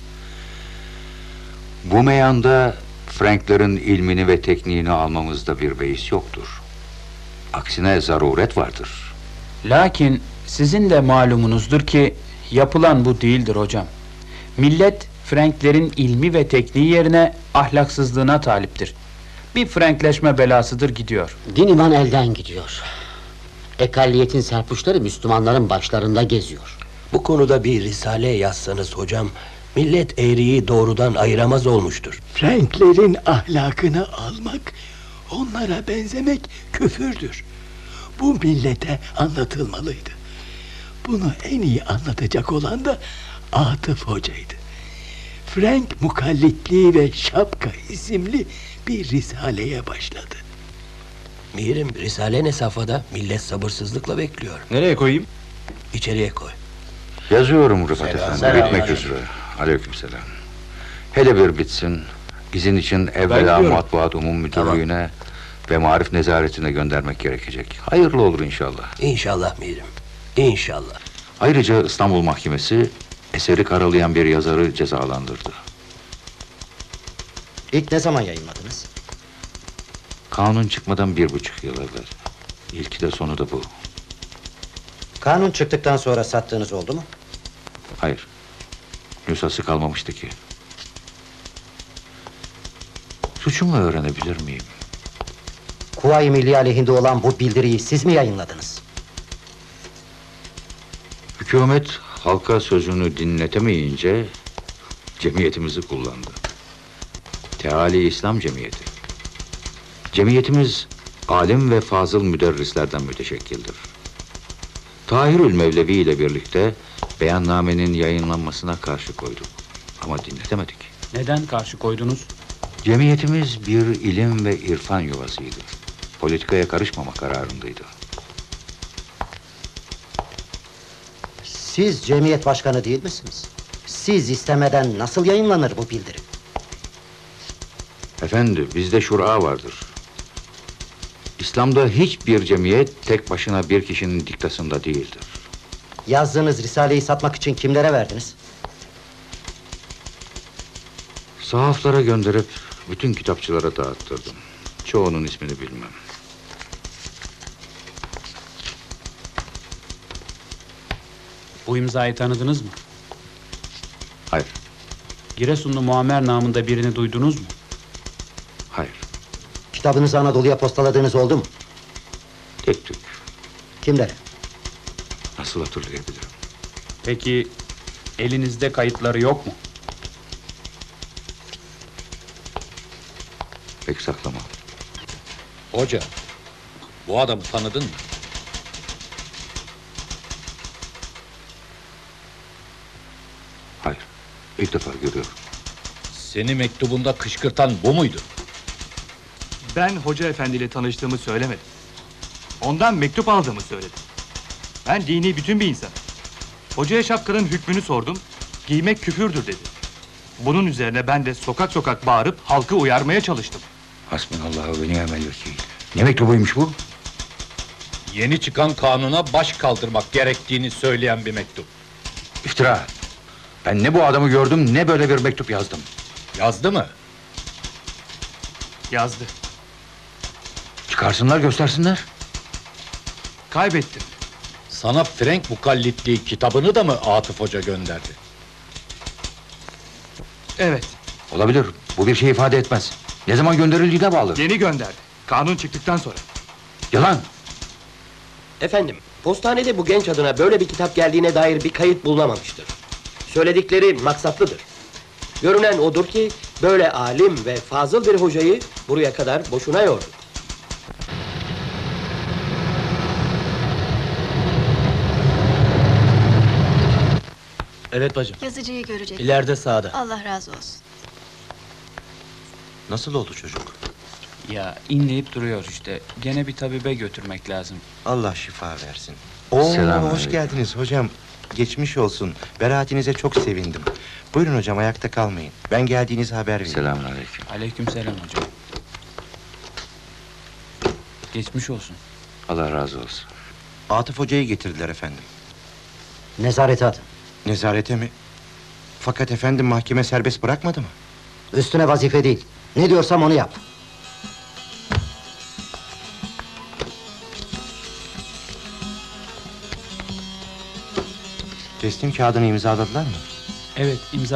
Bu meyanda Franklerin ilmini ve tekniğini almamızda bir beis yoktur. Aksine zaruret vardır. Lakin sizin de malumunuzdur ki yapılan bu değildir hocam. Millet Franklerin ilmi ve tekniği yerine ahlaksızlığına taliptir. Bir Frankleşme belasıdır gidiyor. Din iman elden gidiyor. Ekalliyetin serpuşları Müslümanların başlarında geziyor. bu konuda bir risale yazsanız hocam, millet eğriyi doğrudan ayıramaz olmuştur. Franklerin ahlakını almak, onlara benzemek küfürdür. Bu millete anlatılmalıydı. Bunu en iyi anlatacak olan da Atıf Hoca'ydı. Frank Mukallitliği ve Şapka isimli bir risaleye başladı. Mirim, risale ne safhada? Millet sabırsızlıkla bekliyor. Nereye koyayım? İçeriye koy. Yazıyorum Rıfat Selam. Efendi, Selam. bitmek üzere. Aleykümselam. Hele bir bitsin, izin için evvela gidiyorum. Matbuat Umum Müdürlüğü'ne ve Marif Nezaretine göndermek gerekecek. Hayırlı olur inşallah. İnşallah Mirim, İnşallah. Ayrıca İstanbul Mahkemesi eseri karalayan bir yazarı cezalandırdı. İlk ne zaman yayınladınız? Kanun çıkmadan bir buçuk yıl evvel. İlki de sonu da bu. Kanun çıktıktan sonra sattığınız oldu mu? Hayır. Nüshası kalmamıştı ki. Suçumu öğrenebilir miyim? Kuvayi Milliye aleyhinde olan bu bildiriyi siz mi yayınladınız? Hükümet halka sözünü dinletemeyince cemiyetimizi kullandı. Teali İslam Cemiyeti. Cemiyetimiz alim ve fazıl müderrislerden müteşekkildir. Tahirül Mevlevi ile birlikte beyannamenin yayınlanmasına karşı koyduk. Ama dinletemedik. Neden karşı koydunuz? Cemiyetimiz bir ilim ve irfan yuvasıydı. Politikaya karışmama kararındaydı. Siz cemiyet başkanı değil misiniz? Siz istemeden nasıl yayınlanır bu bildiri? Efendi, bizde şura vardır. İslam'da hiçbir cemiyet tek başına bir kişinin diktasında değildir. Yazdığınız risaleyi satmak için kimlere verdiniz? Sahaflara gönderip bütün kitapçılara dağıttırdım. Çoğunun ismini bilmem. Bu imzayı tanıdınız mı? Hayır, Giresunlu Muammer namında birini duydunuz mu? hayır. Kitabınızı Anadolu'ya postaladığınız oldu mu? Tek tük. Kimlere? Nasıl hatırlayabilirim? Peki elinizde kayıtları yok mu? Pek saklamam. Hoca, bu adamı tanıdın mı? Hayır, ilk defa görüyorum. Seni mektubunda kışkırtan bu muydu? Ben hoca efendiyle tanıştığımı söylemedim. Ondan mektup aldığımı söyledim. Ben dini bütün bir insanım. Hocaya şapkanın hükmünü sordum. Giymek küfürdür dedi. Bunun üzerine ben de sokak sokak bağırıp halkı uyarmaya çalıştım. Hasbunallahu ve ni'mel vekil. Ne mektubuymuş bu? Yeni çıkan kanuna baş kaldırmak gerektiğini söyleyen bir mektup. İftira! Ben ne bu adamı gördüm, ne böyle bir mektup yazdım. Yazdı mı? Yazdı. Çıkarsınlar, göstersinler. Kaybettim. Sana Frank Mukallitliği kitabını da mı Atıf Hoca gönderdi? Evet, Olabilir, bu bir şey ifade etmez. Ne zaman gönderildiğine bağlı. yeni gönderdi. Kanun çıktıktan sonra. Yalan! Efendim, postanede bu genç adına böyle bir kitap geldiğine dair bir kayıt bulunamamıştır. Söyledikleri maksatlıdır. Görünen odur ki, böyle alim ve fazıl bir hocayı buraya kadar boşuna yordu. Evet bacım, Yazıcıyı görecek. ileride sağda. Allah razı olsun. Nasıl oldu çocuk? Ya inleyip duruyor işte. Gene bir tabibe götürmek lazım. Allah şifa versin. Oo, Selamünaleyküm. hoş geldiniz hocam. Geçmiş olsun. Beraatinize çok sevindim. Buyurun hocam, ayakta kalmayın. Ben geldiğinizi haber verin. Selamünaleyküm. Aleykümselam hocam. Geçmiş olsun. Allah razı olsun. Atıf hocayı getirdiler efendim. Nezarete atın. Nezarete mi? Fakat efendim mahkeme serbest bırakmadı mı? Üstüne vazife değil. Ne diyorsam onu yap. Teslim kağıdını imzaladılar mı? Evet, imza